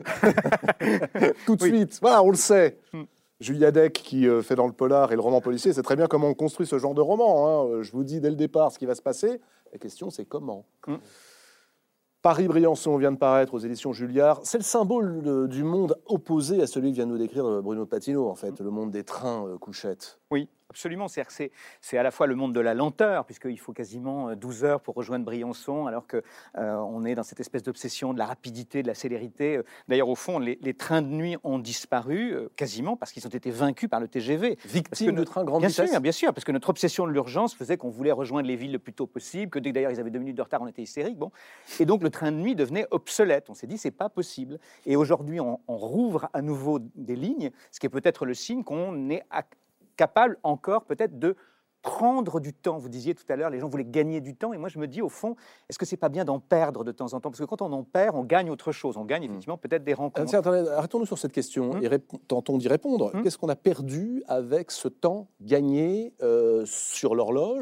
Tout de Oui. suite, voilà, on le sait. Hmm. Julia Deck, qui euh, fait dans le polar et le roman policier, sait très bien comment on construit ce genre de roman. Hein. Je vous dis dès le départ ce qui va se passer. La question, c'est comment. Hmm. Paris-Briançon vient de paraître aux éditions Julliard. C'est le symbole de- du monde opposé à celui que vient de nous décrire euh, Bruno Patino, en fait, le monde des trains euh, couchettes. Oui, absolument. C'est-à-dire que c'est, c'est à la fois le monde de la lenteur, puisqu'il faut quasiment euh, douze heures pour rejoindre Briançon, alors qu'on euh, on est dans cette espèce d'obsession de la rapidité, de la célérité. Euh, D'ailleurs, au fond, les, les trains de nuit ont disparu euh, quasiment parce qu'ils ont été vaincus par le T G V. Victime que de nous- trains grande Bien vitesse. sûr, bien sûr, parce que notre obsession de l'urgence faisait qu'on voulait rejoindre les villes le plus tôt possible, que dès que d'ailleurs ils avaient deux minutes de retard, on était hystérique. Bon. Et donc le train de nuit devenait obsolète. On s'est dit, c'est pas possible. Et aujourd'hui, on, on rouvre à nouveau des lignes, ce qui est peut-être le signe qu'on est à- capable encore peut-être de prendre du temps. Vous disiez tout à l'heure, les gens voulaient gagner du temps. Et moi, je me dis, au fond, est-ce que c'est pas bien d'en perdre de temps en temps ? Parce que quand on en perd, on gagne autre chose. On gagne effectivement peut-être des Ah, rencontres. tiens, attendez, arrêtons-nous sur cette question Hum. et rép- tentons d'y répondre. Hum. Qu'est-ce qu'on a perdu avec ce temps gagné euh, sur l'horloge,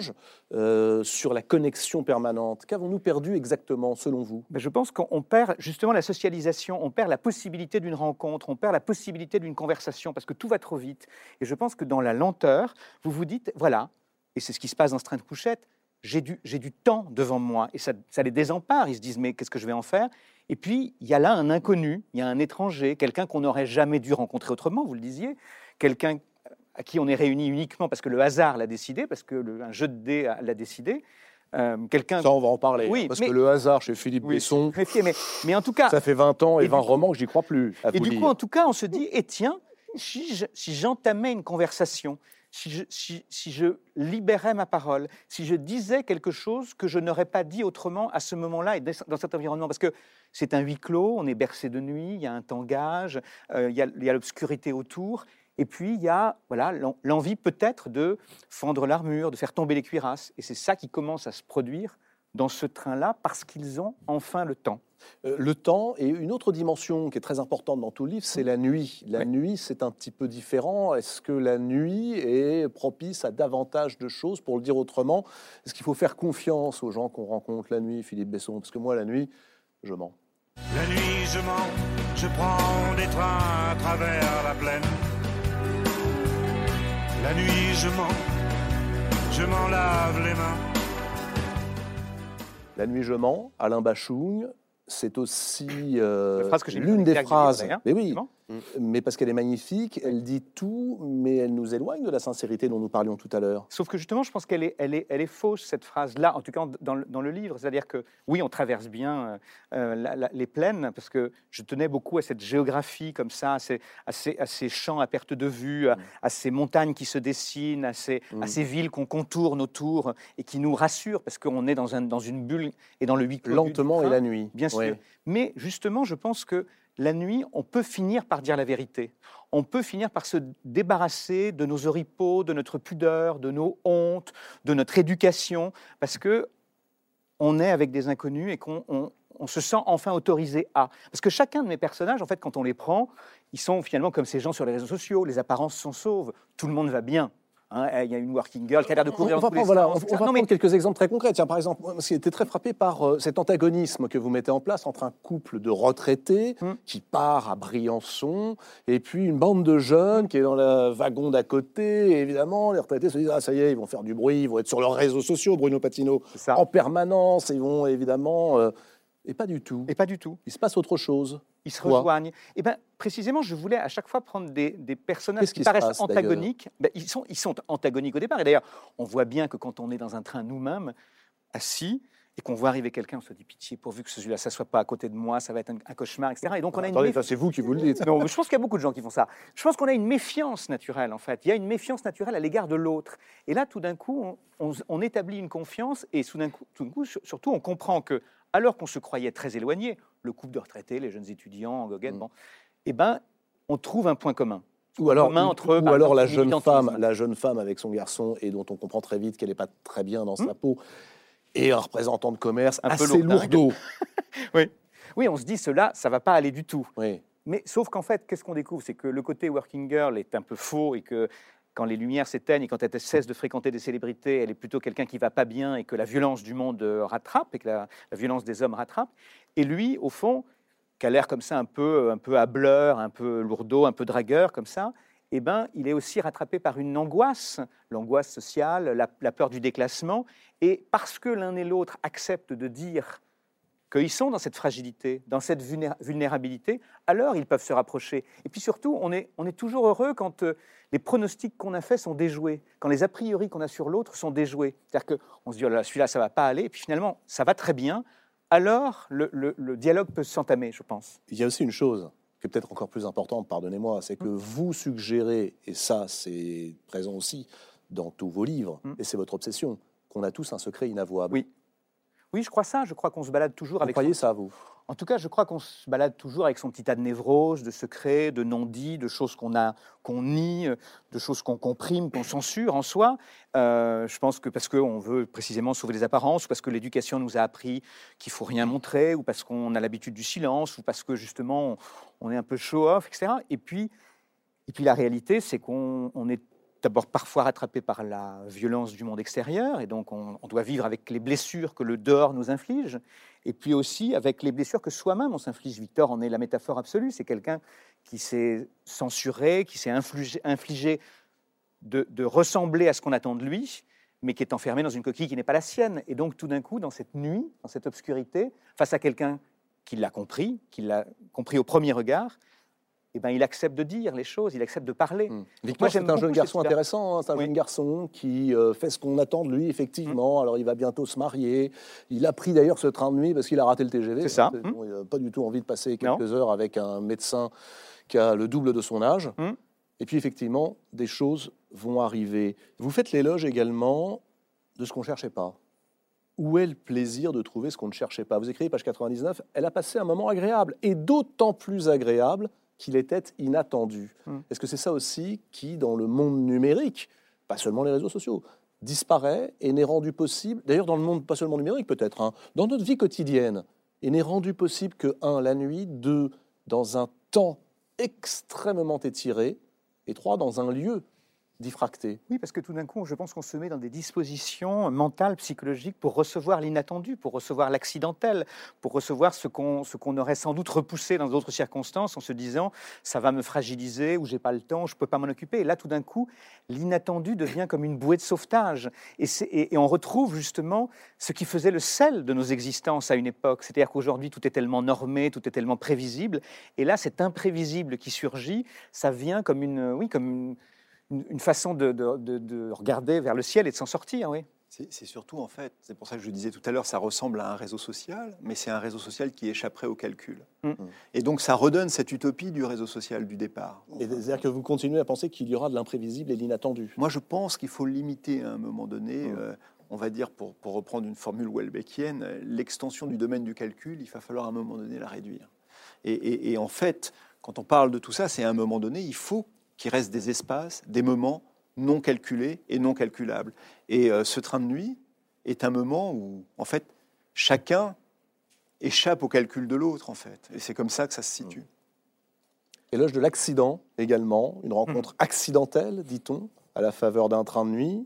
euh, sur la connexion permanente. Qu'avons-nous perdu exactement, selon vous? Ben, je pense qu'on perd justement la socialisation, on perd la possibilité d'une rencontre, on perd la possibilité d'une conversation, parce que tout va trop vite. Et je pense que dans la lenteur, vous vous dites, voilà, et c'est ce qui se passe dans ce train de couchette, j'ai du, j'ai du temps devant moi, et ça, ça les désempare, ils se disent, mais qu'est-ce que je vais en faire? Et puis, il y a là un inconnu, il y a un étranger, quelqu'un qu'on n'aurait jamais dû rencontrer autrement, vous le disiez, quelqu'un à qui on est réunis uniquement parce que le hasard l'a décidé, parce que le, un jeu de dés l'a décidé. Euh, quelqu'un... Ça, on va en parler. Oui, parce mais- que le hasard chez Philippe Oui, Besson, méfiez, mais, mais en tout cas, ça fait vingt ans et, Et vingt du coup- romans que j'y crois plus. À et vous du dire. coup, en tout cas, on se dit, eh tiens, si, je- si j'entamais une conversation, si je, si, si je libérais ma parole, si je disais quelque chose que je n'aurais pas dit autrement à ce moment-là et dans cet environnement, parce que c'est un huis clos, on est bercé de nuit, il y a un tangage, euh, il y a, il y a l'obscurité autour, et puis il y a voilà, l'en- l'envie peut-être de fendre l'armure, de faire tomber les cuirasses, et c'est ça qui commence à se produire dans ce train-là, parce qu'ils ont enfin le temps. Euh, le temps et une autre dimension qui est très importante dans tout le livre, c'est la nuit. La Oui. nuit, c'est un petit peu différent. Est-ce que la nuit est propice à davantage de choses? Pour le dire autrement, est-ce qu'il faut faire confiance aux gens qu'on rencontre la nuit, Philippe Besson? Parce que moi, la nuit, je mens. La nuit je mens, je prends des trains à travers la plaine. La nuit je mens, je m'en lave les mains. La nuit, je mens, Alain Bachung, c'est aussi euh, La phrase que j'ai lue l'une avec des Pierre phrases. Guillaume, d'ailleurs, Mais oui, effectivement. mais parce qu'elle est magnifique, elle dit tout, mais elle nous éloigne de la sincérité dont nous parlions tout à l'heure. Sauf que justement, je pense qu'elle est, elle est, elle est fausse, cette phrase-là, en tout cas dans le, dans le livre. C'est-à-dire que oui, on traverse bien euh, euh, la- la- les plaines, parce que je tenais beaucoup à cette géographie comme ça, à ces, à ces, à ces champs à perte de vue, à, à ces montagnes qui se dessinent, à ces, Mm. à ces villes qu'on contourne autour et qui nous rassurent, parce qu'on est dans, un, dans une bulle et dans le huis clos du- du Lentement et train. la nuit. Bien sûr. Ouais. Mais justement, je pense que la nuit, on peut finir par dire la vérité. On peut finir par se débarrasser de nos oripeaux, de notre pudeur, de nos hontes, de notre éducation, parce que on est avec des inconnus et qu'on on- on se sent enfin autorisé à. Parce que chacun de mes personnages, en fait, quand on les prend, ils sont finalement comme ces gens sur les réseaux sociaux. Les apparences s'en sauvent. Tout le monde va bien. Hein, il y a une working girl qui a l'air de On, courir on dans va tous les prendre, voilà, on, sens. on va Non, mais prendre quelques exemples très concrets. Tiens, par exemple, moi, j'ai été très frappé par euh, cet antagonisme que vous mettez en place entre un couple de retraités Mm. qui part à Briançon et puis une bande de jeunes qui est dans le wagon d'à côté. Et évidemment, les retraités se disent « Ah, ça y est, ils vont faire du bruit, ils vont être sur leurs réseaux sociaux, Bruno Patino, c'est ça. en permanence. Ils vont évidemment... euh, et pas du tout. Et pas du tout. Il se passe autre chose. Ils se Quoi rejoignent. Et ben, précisément, je voulais à chaque fois prendre des, des personnages Qu'est-ce qui qui se paraissent passe, d'ailleurs antagoniques. Ben, ils, sont, ils sont antagoniques au départ. Et d'ailleurs, on voit bien que quand on est dans un train nous-mêmes, assis, et qu'on voit arriver quelqu'un, on se dit pitié, pourvu que celui-là ne s'assoie pas à côté de moi, ça va être un, un cauchemar, et cetera. Et donc, on a une Attendez, méf- ça c'est vous qui vous le dites. non, je pense qu'il y a beaucoup de gens qui font ça. Je pense qu'on a une méfiance naturelle, en fait. Il y a une méfiance naturelle à l'égard de l'autre. Et là, tout d'un coup, on, on- on établit une confiance, et tout d'un coup, tout d'un coup, sur- surtout, on comprend que, alors qu'on se croyait très éloigné, le couple de retraités, les jeunes étudiants en goguette, Mm. bon, eh ben, on trouve un point commun. Ou alors, commun ou- entre, ou par alors exemple, la le jeune militantisme. femme, la jeune femme avec son garçon et dont on comprend très vite qu'elle n'est pas très bien dans Hmm. sa peau, et un représentant de commerce Un peu assez lourdague. lourdeau. Oui, on se dit, cela, ça va pas aller du tout. Oui. Mais sauf qu'en fait, qu'est-ce qu'on découvre? C'est que le côté working girl est un peu faux et que quand les lumières s'éteignent et quand elle cesse de fréquenter des célébrités, elle est plutôt quelqu'un qui va pas bien et que la violence du monde euh, rattrape et que la, la violence des hommes rattrape. Et lui, au fond, qui a l'air comme ça un peu, un peu hableur, un peu lourdeau, un peu dragueur comme ça, eh ben, il est aussi rattrapé par une angoisse, l'angoisse sociale, la, la peur du déclassement. Et parce que l'un et l'autre acceptent de dire qu'ils sont dans cette fragilité, dans cette vulnéra- vulnérabilité, alors ils peuvent se rapprocher. Et puis surtout, on est, on est toujours heureux quand euh, les pronostics qu'on a faits sont déjoués, quand les a priori qu'on a sur l'autre sont déjoués. C'est-à-dire qu'on se dit, oh là là, celui-là, ça ne va pas aller, et puis finalement, ça va très bien, alors le, le- le dialogue peut s'entamer, je pense. Il y a aussi une chose qui est peut-être encore plus importante, pardonnez-moi, c'est que Mm. vous suggérez, et ça c'est présent aussi dans tous vos livres, Mm. et c'est votre obsession, qu'on a tous un secret inavouable. Oui. Oui, je crois ça, je crois qu'on se balade toujours Vous avec... croyez son- ça, vous? En tout cas, je crois qu'on se balade toujours avec son petit tas de névroses, de secrets, de non-dits, de choses qu'on a, qu'on nie, de choses qu'on comprime, qu'on censure en soi. Euh, je pense que parce qu'on veut précisément sauver les apparences, ou parce que l'éducation nous a appris qu'il faut rien montrer, ou parce qu'on a l'habitude du silence, ou parce que justement on, on est un peu show-off, et cetera. Et puis, et puis la réalité, c'est qu'on on est d'abord parfois rattrapé par la violence du monde extérieur, et donc on, on doit vivre avec les blessures que le dehors nous inflige, et puis aussi avec les blessures que soi-même on s'inflige. Victor en est la métaphore absolue, c'est quelqu'un qui s'est censuré, qui s'est infligé, infligé de, de ressembler à ce qu'on attend de lui, mais qui est enfermé dans une coquille qui n'est pas la sienne. Et donc tout d'un coup, dans cette nuit, dans cette obscurité, face à quelqu'un qui l'a compris, qui l'a compris au premier regard, eh ben, il accepte de dire les choses, il accepte de parler. Mmh. Donc Victor, moi, c'est j'aime un beaucoup jeune garçon cette- intéressant, hein, c'est un Oui. jeune garçon qui euh, fait ce qu'on attend de lui, effectivement. Alors, il va bientôt se marier. Il a pris d'ailleurs ce train de nuit parce qu'il a raté le T G V. C'est ça. Hein. Bon, il n'a pas du tout envie de passer Non. quelques heures avec un médecin qui a le double de son âge. Mmh. Et puis, effectivement, des choses vont arriver. Vous faites l'éloge également de ce qu'on ne cherchait pas. Où est le plaisir de trouver ce qu'on ne cherchait pas? Vous écrivez, page quatre-vingt-dix-neuf, elle a passé un moment agréable, et d'autant plus agréable qu'il était inattendu. Mm. Est-ce que c'est ça aussi qui, dans le monde numérique, pas seulement les réseaux sociaux, disparaît et n'est rendu possible, d'ailleurs dans le monde pas seulement numérique peut-être, hein, dans notre vie quotidienne, et n'est rendu possible que, un, la nuit, deux, dans un temps extrêmement étiré, et trois, dans un lieu diffracté? Oui, parce que tout d'un coup, je pense qu'on se met dans des dispositions mentales, psychologiques pour recevoir l'inattendu, pour recevoir l'accidentel, pour recevoir ce qu'on ce qu'on aurait sans doute repoussé dans d'autres circonstances en se disant « ça va me fragiliser » ou « j'ai pas le temps, je peux pas m'en occuper ». Et là, tout d'un coup, l'inattendu devient comme une bouée de sauvetage. Et, c'est- et, et on retrouve justement ce qui faisait le sel de nos existences à une époque. C'est-à-dire qu'aujourd'hui, tout est tellement normé, tout est tellement prévisible. Et là, cet imprévisible qui surgit, ça vient comme une... Oui, comme une, une- une façon de, de- de- de regarder vers le ciel et de s'en sortir, oui. C'est c'est surtout, en fait, c'est pour ça que je disais tout à l'heure, ça ressemble à un réseau social, mais c'est un réseau social qui échapperait au calcul. Mm. Et donc, ça redonne cette utopie du réseau social du départ. Et C'est-à-dire que vous continuez à penser qu'il y aura de l'imprévisible et de l'inattendu. Moi, je pense qu'il faut limiter à un moment donné, Mm. euh, on va dire, pour, pour reprendre une formule Welbeckienne, euh, l'extension du domaine du calcul, il va falloir à un moment donné la réduire. Et, et- et en fait, quand on parle de tout ça, c'est à un moment donné, il faut qu'il reste des espaces, des moments non calculés et non calculables. Et euh, ce train de nuit est un moment où, en fait, chacun échappe au calcul de l'autre, en fait. Et c'est comme ça que ça se situe. Éloge de l'accident également, une rencontre accidentelle, dit-on, à la faveur d'un train de nuit.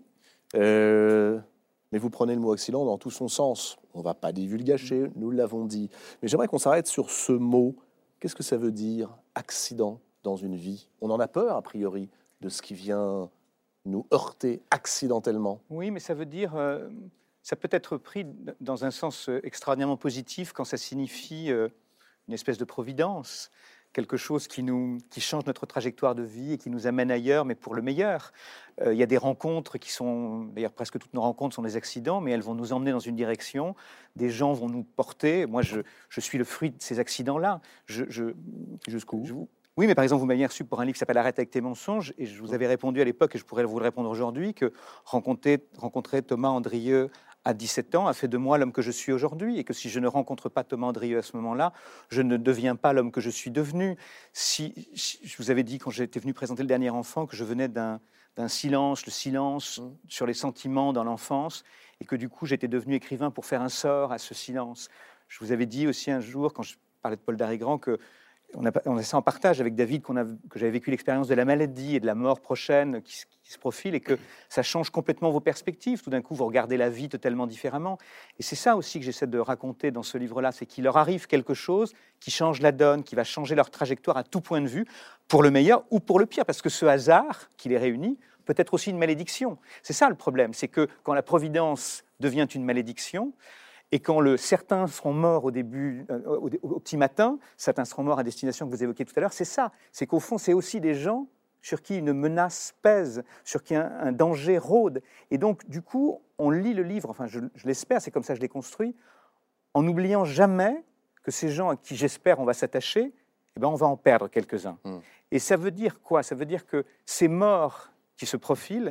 Euh, mais vous prenez le mot accident dans tout son sens. On ne va pas divulgacher, nous l'avons dit. Mais j'aimerais qu'on s'arrête sur ce mot. Qu'est-ce que ça veut dire, accident, dans une vie? On en a peur, a priori, de ce qui vient nous heurter accidentellement. Oui, mais ça veut dire, euh, ça peut être pris dans un sens euh, extraordinairement positif quand ça signifie euh, une espèce de providence, quelque chose qui, nous, qui change notre trajectoire de vie et qui nous amène ailleurs, mais pour le meilleur. Euh, Il y a des rencontres qui sont, d'ailleurs presque toutes nos rencontres sont des accidents, mais elles vont nous emmener dans une direction, des gens vont nous porter. Moi, je, je suis le fruit de ces accidents-là. Je, je, Jusqu'où? je vous- Oui, mais par exemple, vous m'aviez reçu pour un livre qui s'appelle Arrête avec tes mensonges, et je vous avais répondu à l'époque, et je pourrais vous le répondre aujourd'hui, que rencontrer, rencontrer Thomas Andrieux à dix-sept ans a fait de moi l'homme que je suis aujourd'hui, et que si je ne rencontre pas Thomas Andrieux à ce moment-là, je ne deviens pas l'homme que je suis devenu. Si, si- je vous avais dit quand j'étais venu présenter Le Dernier Enfant que je venais d'un d'un silence, le silence Mmh. sur les sentiments dans l'enfance, et que du coup j'étais devenu écrivain pour faire un sort à ce silence. Je vous avais dit aussi un jour, quand je parlais de Paul Darigrand, que on a, on a ça en partage avec David, qu'on a, que j'avais vécu l'expérience de la maladie et de la mort prochaine qui, se- qui se profile, et que ça change complètement vos perspectives. Tout d'un coup, vous regardez la vie totalement différemment. Et c'est ça aussi que j'essaie de raconter dans ce livre-là, c'est qu'il leur arrive quelque chose qui change la donne, qui va changer leur trajectoire à tout point de vue, pour le meilleur ou pour le pire, parce que ce hasard qui les réunit peut être aussi une malédiction. C'est ça le problème, c'est que quand la providence devient une malédiction, et quand le, certains seront morts au début, euh, au, au petit matin, certains seront morts à destination que vous évoquiez tout à l'heure, c'est ça. C'est qu'au fond, c'est aussi des gens sur qui une menace pèse, sur qui un, un danger rôde. Et donc, du coup, on lit le livre, enfin, je, je l'espère, c'est comme ça que je l'ai construit, en n'oubliant jamais que ces gens à qui j'espère on va s'attacher, eh ben, on va en perdre quelques-uns. Mm. Et ça veut dire quoi? Ça veut dire que ces morts qui se profilent,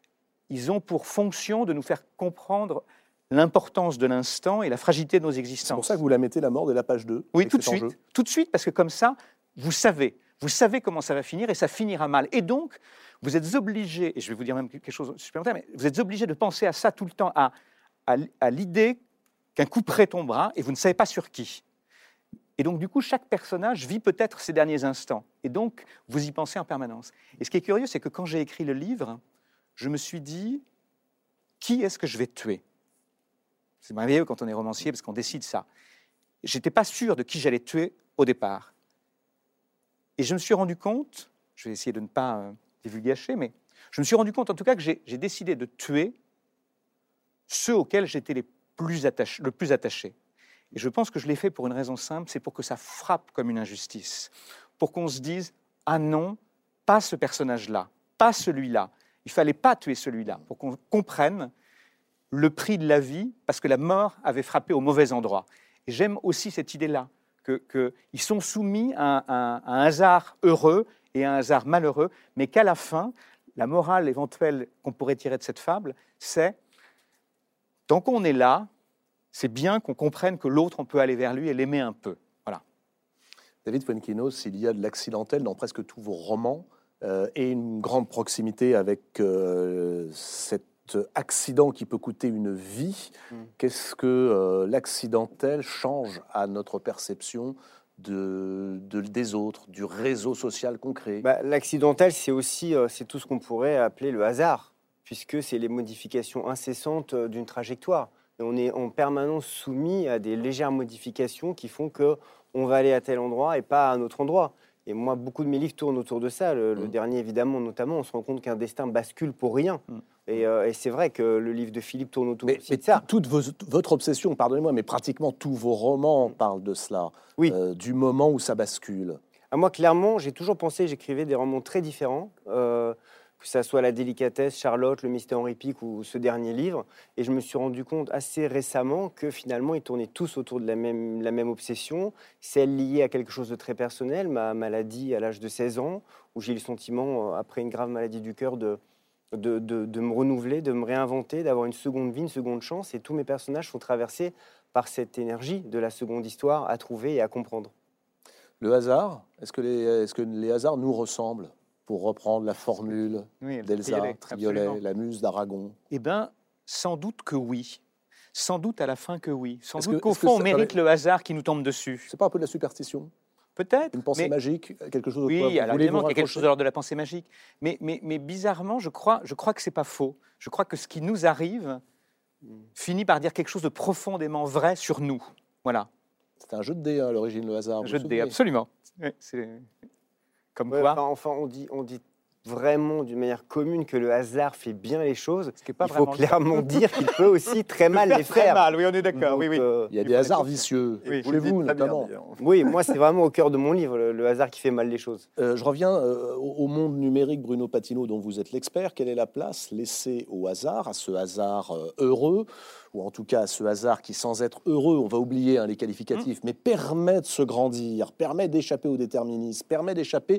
ils ont pour fonction de nous faire comprendre l'importance de l'instant et la fragilité de nos existences. C'est pour ça que vous la mettez la mort dès la page deux. Oui, avec tout de cet suite. enjeu. Tout de suite, parce que comme ça, vous savez. Vous savez comment ça va finir et ça finira mal. Et donc, vous êtes obligé, et je vais vous dire même quelque chose de supplémentaire, mais vous êtes obligé de penser à ça tout le temps, à, à, à l'idée qu'un coup près tombera et vous ne savez pas sur qui. Et donc, du coup, chaque personnage vit peut-être ses derniers instants. Et donc, vous y pensez en permanence. Et ce qui est curieux, c'est que quand j'ai écrit le livre, je me suis dit, qui est-ce que je vais tuer? C'est merveilleux quand on est romancier, parce qu'on décide ça. Je n'étais pas sûr de qui j'allais tuer au départ. Et je me suis rendu compte, je vais essayer de ne pas euh, divulgacher, mais je me suis rendu compte en tout cas que j'ai, j'ai décidé de tuer ceux auxquels j'étais les plus attaché, le plus attaché. Et je pense que je l'ai fait pour une raison simple, c'est pour que ça frappe comme une injustice. Pour qu'on se dise, ah non, pas ce personnage-là, pas celui-là. Il ne fallait pas tuer celui-là, pour qu'on comprenne le prix de la vie, parce que la mort avait frappé au mauvais endroit. Et j'aime aussi cette idée-là, qu'ils que sont soumis à, à, à un hasard heureux et à un hasard malheureux, mais qu'à la fin, la morale éventuelle qu'on pourrait tirer de cette fable, c'est, tant qu'on est là, c'est bien qu'on comprenne que l'autre, on peut aller vers lui et l'aimer un peu. Voilà. David Fuenquinos, il y a de l'accidentel dans presque tous vos romans euh, et une grande proximité avec euh, cet accident qui peut coûter une vie. Mmh. Qu'est-ce que euh, l'accidentel change à notre perception de, de, des autres, du réseau social qu'on crée? Bah, l'accidentel, c'est aussi euh, c'est tout ce qu'on pourrait appeler le hasard, puisque c'est les modifications incessantes d'une trajectoire. Et on est en permanence soumis à des légères modifications qui font qu'on va aller à tel endroit et pas à un autre endroit. Et moi, beaucoup de mes livres tournent autour de ça. Le, mmh. le dernier, évidemment, notamment, on se rend compte qu'un destin bascule pour rien. Mmh. Et, euh, et c'est vrai que le livre de Philippe tourne autour mais, aussi mais de ça. Toute vos, votre obsession, pardonnez-moi, mais pratiquement tous vos romans mmh. parlent de cela, oui. euh, du moment où ça bascule. À moi, clairement, j'ai toujours pensé que j'écrivais des romans très différents, euh, que ça soit La Délicatesse, Charlotte, Le Mystère Henri Pic ou ce dernier livre. Et je me suis rendu compte assez récemment que finalement, ils tournaient tous autour de la même, la même obsession, celle liée à quelque chose de très personnel, ma maladie à l'âge de seize ans, où j'ai eu le sentiment, après une grave maladie du cœur, de, de, de, de me renouveler, de me réinventer, d'avoir une seconde vie, une seconde chance. Et tous mes personnages sont traversés par cette énergie de la seconde histoire à trouver et à comprendre. Le hasard, est-ce que les, est-ce que les hasards nous ressemblent? Pour reprendre la formule oui, d'Elsa Triolet, la muse d'Aragon. Eh bien, sans doute que oui. Sans doute à la fin que oui. Sans est-ce doute que, qu'au fond, que on mérite le hasard qui nous tombe dessus. C'est pas un peu de la superstition? Peut-être. Une pensée mais... magique, quelque chose. Oui, quoi, vous alors voulez évidemment vous qu'il y a quelque chose de l'ordre de la pensée magique. Mais, mais, mais bizarrement, je crois, je crois que c'est pas faux. Je crois que ce qui nous arrive mm. finit par dire quelque chose de profondément vrai sur nous. Voilà. C'est un jeu de dés hein, à l'origine, le hasard. Un jeu de dés, absolument. Oui, c'est... Comme ouais, quoi. Enfin, enfin, on dit, on dit vraiment d'une manière commune que le hasard fait bien les choses. Ce qui est pas Il faut clairement dire qu'il peut aussi très mal les faire. Très mal, oui, on est d'accord. Donc, oui, oui. Euh, il y a des hasards vicieux, oui, chez vous, vous notamment. Bien, oui, moi, c'est vraiment au cœur de mon livre, le, le hasard qui fait mal les choses. Euh, je reviens euh, au, au monde numérique, Bruno Patinaud, dont vous êtes l'expert. Quelle est la place laissée au hasard, à ce hasard euh, heureux, ou en tout cas à ce hasard qui, sans être heureux, on va oublier hein, les qualificatifs, mmh. mais permet de se grandir, permet d'échapper au déterminisme, permet d'échapper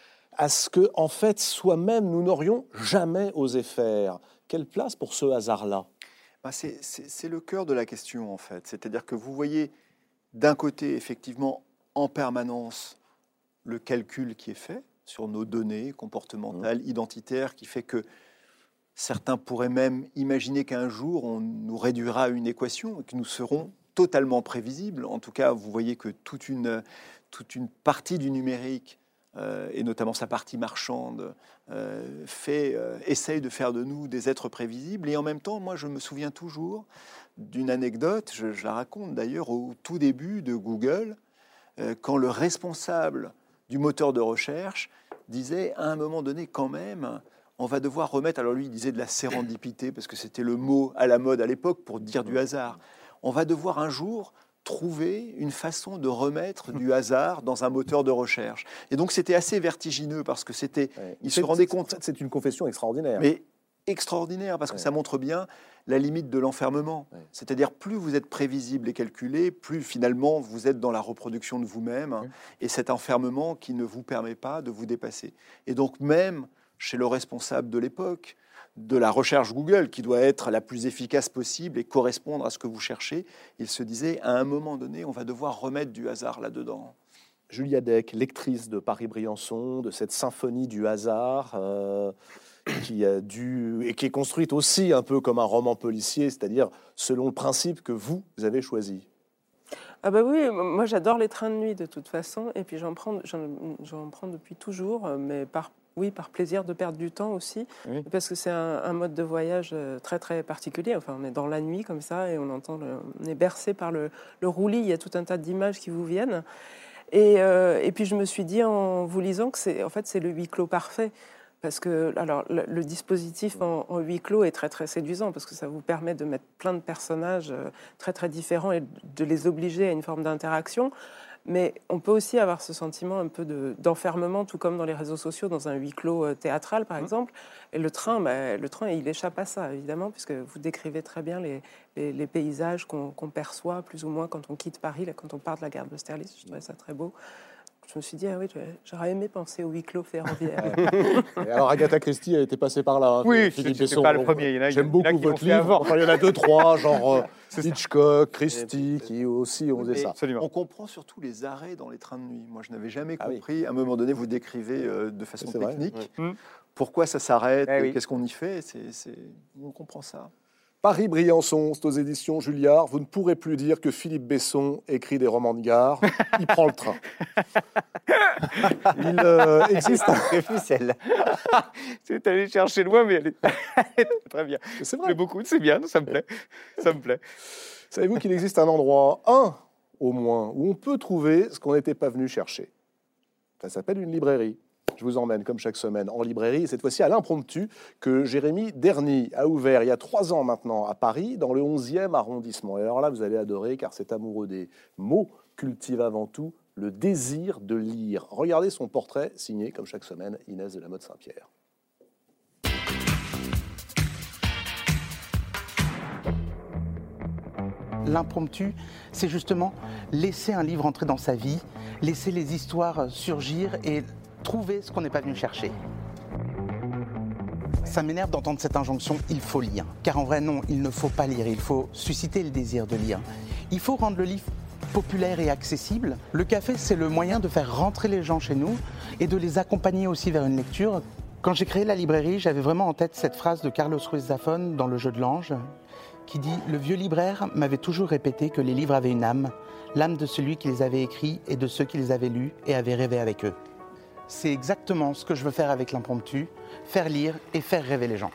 à ce que, en fait, soi-même, nous n'aurions jamais osé faire. Quelle place pour ce hasard-là? Ben c'est, c'est, c'est le cœur de la question, en fait. C'est-à-dire que vous voyez, d'un côté, effectivement, en permanence, le calcul qui est fait sur nos données comportementales, mmh. identitaires, qui fait que certains pourraient même imaginer qu'un jour, on nous réduira à une équation et que nous serons totalement prévisibles. En tout cas, vous voyez que toute une, toute une partie du numérique, Euh, et notamment sa partie marchande, euh, fait, euh, essaye de faire de nous des êtres prévisibles. Et en même temps, moi, je me souviens toujours d'une anecdote, je, je la raconte d'ailleurs au tout début de Google, euh, quand le responsable du moteur de recherche disait, à un moment donné, quand même, on va devoir remettre, alors lui, il disait de la sérendipité, parce que c'était le mot à la mode à l'époque pour dire du hasard. On va devoir un jour trouver une façon de remettre du hasard dans un moteur de recherche. Et donc, c'était assez vertigineux parce que c'était... Ouais. Il se rendait compte... C'est une confession extraordinaire. Mais extraordinaire parce que ouais. ça montre bien la limite de l'enfermement. Ouais. C'est-à-dire, plus vous êtes prévisible et calculé, plus finalement vous êtes dans la reproduction de vous-même ouais. et cet enfermement qui ne vous permet pas de vous dépasser. Et donc, même chez le responsable de l'époque, de la recherche Google, qui doit être la plus efficace possible et correspondre à ce que vous cherchez, il se disait, à un moment donné, on va devoir remettre du hasard là-dedans. Julia Deck, lectrice de Paris-Briançon, de cette symphonie du hasard, euh, qui a dû, et qui est construite aussi un peu comme un roman policier, c'est-à-dire selon le principe que vous avez choisi. Ah bah oui, moi j'adore les trains de nuit de toute façon, et puis j'en prends, j'en, j'en prends depuis toujours, mais par oui, par plaisir de perdre du temps aussi, Oui. parce que c'est un, un mode de voyage euh, très très particulier. Enfin, on est dans la nuit comme ça et on entend, le- on est bercé par le, le roulis. Il y a tout un tas d'images qui vous viennent. Et, euh, et puis je me suis dit en vous lisant que c'est en fait c'est le huis clos parfait. Parce que alors, le, le dispositif en, en huis clos est très très séduisant parce que ça vous permet de mettre plein de personnages euh, très très différents et de les obliger à une forme d'interaction. Mais on peut aussi avoir ce sentiment un peu de, d'enfermement, tout comme dans les réseaux sociaux, dans un huis clos euh, théâtral, par exemple. Et le train, bah, le train, il échappe à ça, évidemment, puisque vous décrivez très bien les, les, les paysages qu'on, qu'on perçoit, plus ou moins, quand on quitte Paris, là, quand on part de la gare d'Austerlitz. Je trouvais ça très beau. Je me suis dit, ah oui, j'aurais aimé penser au huis clos ferroviaire. Et alors, Agatha Christie, elle était passée par là. hein, Oui, Philippe c'était Besson. pas le Donc, premier, il y en a- J'aime il y en a beaucoup qui l'ont votre fait livre. avant. Enfin, il y en a deux, trois, genre euh, C'est ça. Hitchcock, Christie, qui aussi ont fait Et- ça. Absolument. On comprend surtout les arrêts dans les trains de nuit. Moi, je n'avais jamais Ah oui. compris. À un moment donné, vous décrivez euh, de façon C'est vrai, technique oui. pourquoi ça s'arrête, Eh et oui. qu'est-ce qu'on y fait. C'est, c'est- On comprend ça. Paris-Briançon, c'est aux éditions Julliard. Vous ne pourrez plus dire que Philippe Besson écrit des romans de gare. Il prend le train. Il euh, existe un... Préfus, celle-là. C'est allé chercher loin, mais elle est, elle est très bien. C'est Mais vrai. beaucoup, c'est bien, ça me plaît. Ça me plaît. Savez-vous qu'il existe un endroit, un au moins, où on peut trouver ce qu'on n'était pas venu chercher? Ça s'appelle une librairie. Je vous emmène, comme chaque semaine, en librairie, et cette fois-ci à l'Impromptu, que Jérémy Derny a ouvert il y a trois ans maintenant à Paris, dans le onzième arrondissement. Et alors là, vous allez adorer, car cet amoureux des mots cultive avant tout le désir de lire. Regardez son portrait, signé, comme chaque semaine, Inès de la Motte Saint-Pierre. L'impromptu, c'est justement laisser un livre entrer dans sa vie, laisser les histoires surgir et trouver ce qu'on n'est pas venu chercher. Ça m'énerve d'entendre cette injonction « il faut lire ». Car en vrai, non, il ne faut pas lire, il faut susciter le désir de lire. Il faut rendre le livre populaire et accessible. Le café, c'est le moyen de faire rentrer les gens chez nous et de les accompagner aussi vers une lecture. Quand j'ai créé la librairie, j'avais vraiment en tête cette phrase de Carlos Ruiz Zafón dans Le Jeu de l'Ange, qui dit « Le vieux libraire m'avait toujours répété que les livres avaient une âme, l'âme de celui qui les avait écrits et de ceux qui les avaient lus et avaient rêvé avec eux. » C'est exactement ce que je veux faire avec l'impromptu, faire lire et faire rêver les gens.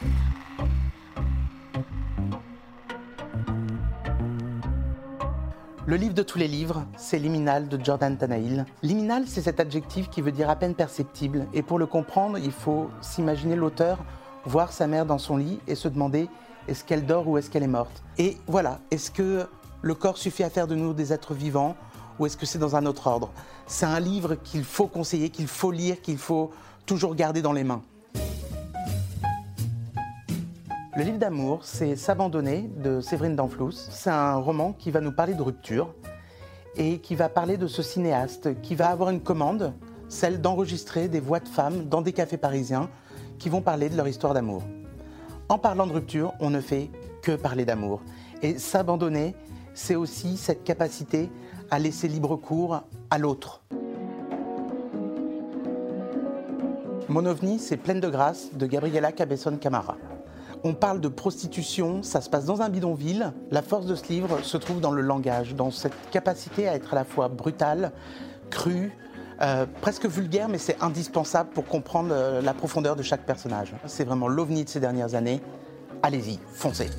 Le livre de tous les livres, c'est Liminal de Jordan Tanahill. Liminal, c'est cet adjectif qui veut dire à peine perceptible. Et pour le comprendre, il faut s'imaginer l'auteur voir sa mère dans son lit et se demander est-ce qu'elle dort ou est-ce qu'elle est morte. Et voilà, est-ce que le corps suffit à faire de nous des êtres vivants ou est-ce que c'est dans un autre ordre? C'est un livre qu'il faut conseiller, qu'il faut lire, qu'il faut toujours garder dans les mains. Le livre d'amour, c'est S'abandonner de Séverine Danflous. C'est un roman qui va nous parler de rupture et qui va parler de ce cinéaste qui va avoir une commande, celle d'enregistrer des voix de femmes dans des cafés parisiens qui vont parler de leur histoire d'amour. En parlant de rupture, on ne fait que parler d'amour. Et s'abandonner, c'est aussi cette capacité à laisser libre cours à l'autre. Mon ovni, c'est Pleine de grâce de Gabriela Cabezón Camara. On parle de prostitution, ça se passe dans un bidonville. La force de ce livre se trouve dans le langage, dans cette capacité à être à la fois brutale, crue, euh, presque vulgaire, mais c'est indispensable pour comprendre euh, la profondeur de chaque personnage. C'est vraiment l'ovni de ces dernières années. Allez-y, foncez.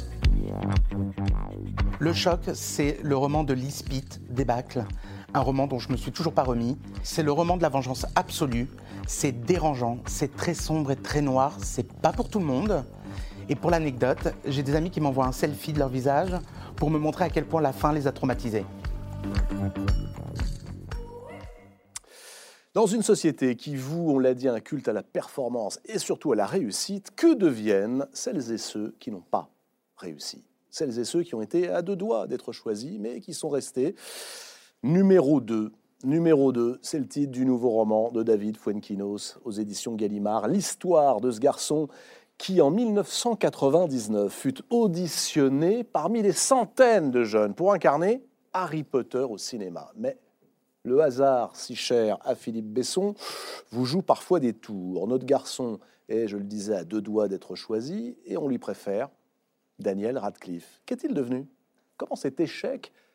Le choc, c'est le roman de Liz Pitt, Débâcle, un roman dont je me suis toujours pas remis. C'est le roman de la vengeance absolue. C'est dérangeant, c'est très sombre et très noir. C'est pas pour tout le monde. Et pour l'anecdote, j'ai des amis qui m'envoient un selfie de leur visage pour me montrer à quel point la fin les a traumatisés. Dans une société qui voue, on l'a dit, un culte à la performance et surtout à la réussite, que deviennent celles et ceux qui n'ont pas réussi? Celles et ceux qui ont été à deux doigts d'être choisis, mais qui sont restés numéro deux. Numéro deux, c'est le titre du nouveau roman de David Fuenquinos aux éditions Gallimard. L'histoire de ce garçon qui, en mille neuf cent quatre-vingt-dix-neuf, fut auditionné parmi des centaines de jeunes pour incarner Harry Potter au cinéma. Mais le hasard, si cher à Philippe Besson, vous joue parfois des tours. Notre garçon est, je le disais, à deux doigts d'être choisi et on lui préfère Daniel Radcliffe. Qu'est-il devenu? Comment cet échec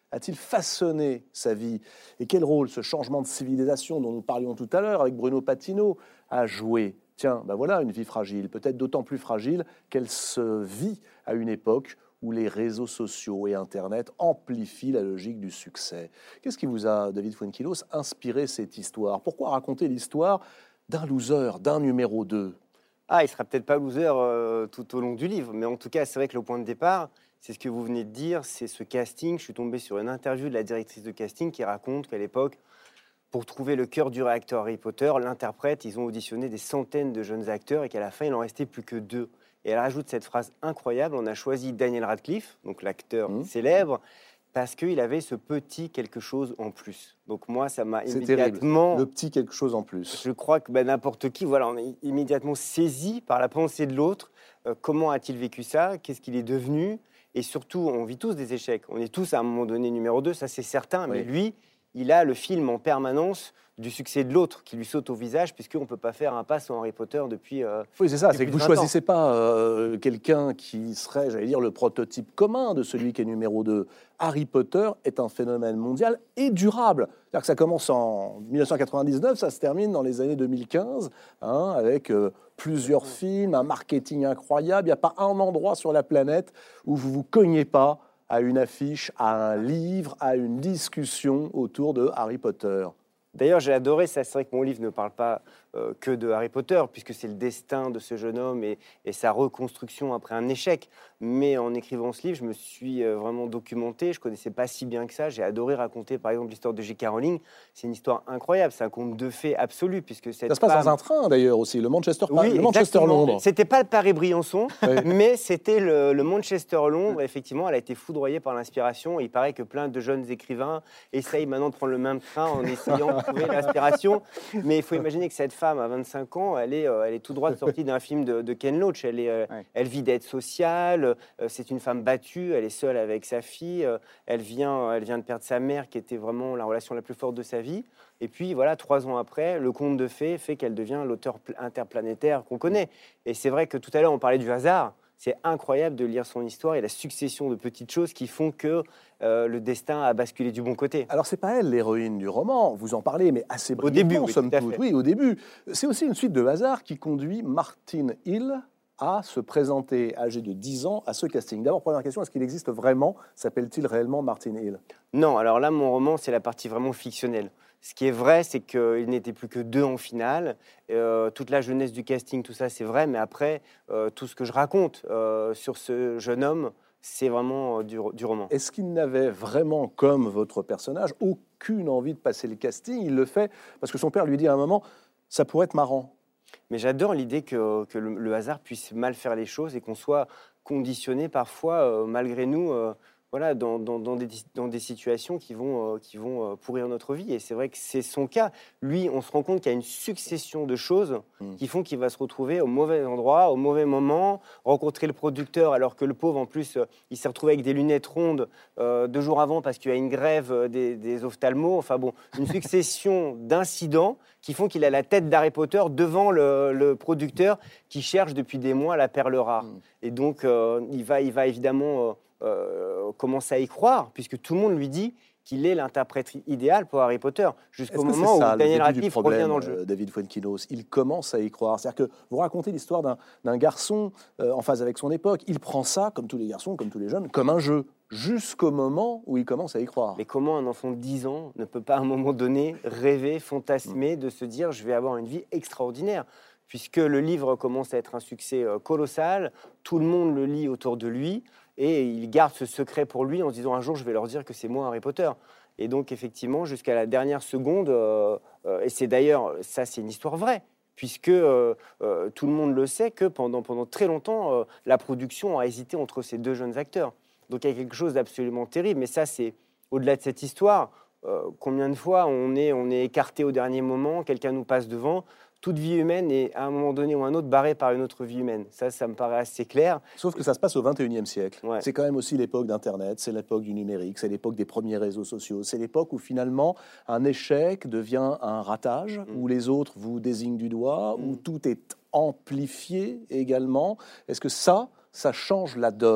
a-t-il façonné sa vie? Et quel rôle ce changement de civilisation dont nous parlions tout à l'heure avec Bruno Patino a joué? Tiens, ben voilà une vie fragile, peut-être d'autant plus fragile qu'elle se vit à une époque où les réseaux sociaux et Internet amplifient la logique du succès. Qu'est-ce qui vous a, David Fuenquilos, inspiré cette histoire? Pourquoi raconter l'histoire d'un loser, d'un numéro deux? Ah, il sera peut-être pas loser euh, tout au long du livre, mais en tout cas, c'est vrai que le point de départ, c'est ce que vous venez de dire, c'est ce casting. Je suis tombé sur une interview de la directrice de casting qui raconte qu'à l'époque, pour trouver le cœur du réacteur Harry Potter, l'interprète, ils ont auditionné des centaines de jeunes acteurs et qu'à la fin, il en restait plus que deux. Et elle rajoute cette phrase incroyable, on a choisi Daniel Radcliffe, donc l'acteur mmh. célèbre, parce qu'il avait ce petit quelque chose en plus. Donc moi, ça m'a c'est immédiatement... terrible. Le petit quelque chose en plus. Je crois que ben, n'importe qui, voilà, on est immédiatement saisi par la pensée de l'autre. Euh, comment a-t-il vécu ça? Qu'est-ce qu'il est devenu? Et surtout, on vit tous des échecs. On est tous à un moment donné numéro deux, ça c'est certain. Oui. Mais lui, il a le film en permanence du succès de l'autre qui lui saute au visage, puisqu'on ne peut pas faire un pas sans Harry Potter depuis... Euh, oui, c'est ça, c'est que vous ne choisissez pas euh, quelqu'un qui serait, j'allais dire, le prototype commun de celui qui est numéro deux. Harry Potter est un phénomène mondial et durable. C'est-à-dire que ça commence en dix-neuf cent quatre-vingt-dix-neuf, ça se termine dans les années deux mille quinze, hein, avec euh, plusieurs films, un marketing incroyable. Il n'y a pas un endroit sur la planète où vous ne vous cognez pas à une affiche, à un livre, à une discussion autour de Harry Potter. D'ailleurs, j'ai adoré ça. C'est vrai que mon livre ne parle pas euh, que de Harry Potter, puisque c'est le destin de ce jeune homme et, et sa reconstruction après un échec. Mais en écrivant ce livre, je me suis euh, vraiment documenté. Je ne connaissais pas si bien que ça. J'ai adoré raconter, par exemple, l'histoire de J K Rowling. C'est une histoire incroyable. C'est un conte de fées absolu, puisque cette ça se passe femme... dans un train, d'ailleurs, aussi, le Manchester, oui, le Manchester-Londres. Ce n'était pas le Paris-Briançon, oui. mais c'était le, le Manchester-Londres. Effectivement, elle a été foudroyée par l'inspiration. Il paraît que plein de jeunes écrivains essayent maintenant de prendre le même train en essayant de trouver l'inspiration. Mais il faut imaginer que cette femme, à vingt-cinq ans, elle est, euh, elle est tout droit sortie d'un film de, de Ken Loach. Elle, est, euh, ouais. elle vit d'aide sociale. Euh, c'est une femme battue. Elle est seule avec sa fille. Euh, elle, vient, elle vient de perdre sa mère, qui était vraiment la relation la plus forte de sa vie. Et puis, voilà, trois ans après, le conte de fées fait qu'elle devient l'auteur interplanétaire qu'on connaît. Et c'est vrai que tout à l'heure, on parlait du hasard. C'est incroyable de lire son histoire et la succession de petites choses qui font que euh, le destin a basculé du bon côté. Alors, c'est pas elle l'héroïne du roman, vous en parlez, mais assez brièvement, au début, oui, somme toute. fait. Oui, au début. C'est aussi une suite de hasard qui conduit Martin Hill à se présenter, âgé de dix ans, à ce casting. D'abord, première question, est-ce qu'il existe vraiment? S'appelle-t-il réellement Martin Hill? Non, alors là, mon roman, c'est la partie vraiment fictionnelle. Ce qui est vrai, c'est qu'il n'était plus que deux en finale. Euh, toute la jeunesse du casting, tout ça, c'est vrai. Mais après, euh, tout ce que je raconte euh, sur ce jeune homme, c'est vraiment euh, du, du roman. Est-ce qu'il n'avait vraiment, comme votre personnage, aucune envie de passer le casting? Il le fait parce que son père lui dit à un moment, ça pourrait être marrant. Mais j'adore l'idée que, que le, le hasard puisse mal faire les choses et qu'on soit conditionné parfois, euh, malgré nous, euh, voilà, dans, dans, dans, des, dans des situations qui vont, euh, qui vont euh, pourrir notre vie. Et c'est vrai que c'est son cas. Lui, on se rend compte qu'il y a une succession de choses mmh. qui font qu'il va se retrouver au mauvais endroit, au mauvais moment, rencontrer le producteur, alors que le pauvre, en plus, euh, il s'est retrouvé avec des lunettes rondes euh, deux jours avant parce qu'il y a une grève des, des ophtalmos. Enfin bon, une succession d'incidents qui font qu'il a la tête d'Harry Potter devant le, le producteur qui cherche depuis des mois la perle rare. Mmh. Et donc, euh, il, va, il va évidemment... Euh, Euh, commence à y croire, puisque tout le monde lui dit qu'il est l'interprète idéal pour Harry Potter, jusqu'au moment ça, où Daniel Radcliffe revient dans le jeu. David Fuenquilos, il commence à y croire. C'est-à-dire que vous racontez l'histoire d'un, d'un garçon euh, en phase avec son époque. Il prend ça, comme tous les garçons, comme tous les jeunes, comme un jeu, jusqu'au moment où il commence à y croire. Mais comment un enfant de dix ans ne peut pas à un moment donné rêver, fantasmer, mmh. de se dire « je vais avoir une vie extraordinaire » puisque le livre commence à être un succès colossal, tout le monde le lit autour de lui, et il garde ce secret pour lui en se disant un jour je vais leur dire que c'est moi Harry Potter. Et donc effectivement jusqu'à la dernière seconde, euh, euh, et c'est d'ailleurs, ça c'est une histoire vraie, puisque euh, euh, tout le monde le sait que pendant, pendant très longtemps, euh, la production a hésité entre ces deux jeunes acteurs. Donc il y a quelque chose d'absolument terrible, mais ça c'est au-delà de cette histoire. Euh, combien de fois on est, on est écarté au dernier moment, quelqu'un nous passe devant. Toute vie humaine est, à un moment donné ou un autre, barrée par une autre vie humaine. Ça, ça me paraît assez clair. Sauf que ça se passe au vingt et unième siècle. Ouais. C'est quand même aussi l'époque d'Internet, c'est l'époque du numérique, c'est l'époque des premiers réseaux sociaux. C'est l'époque où, finalement, un échec devient un ratage, mmh. où les autres vous désignent du doigt, mmh. où tout est amplifié également. Est-ce que ça, ça change la donne ?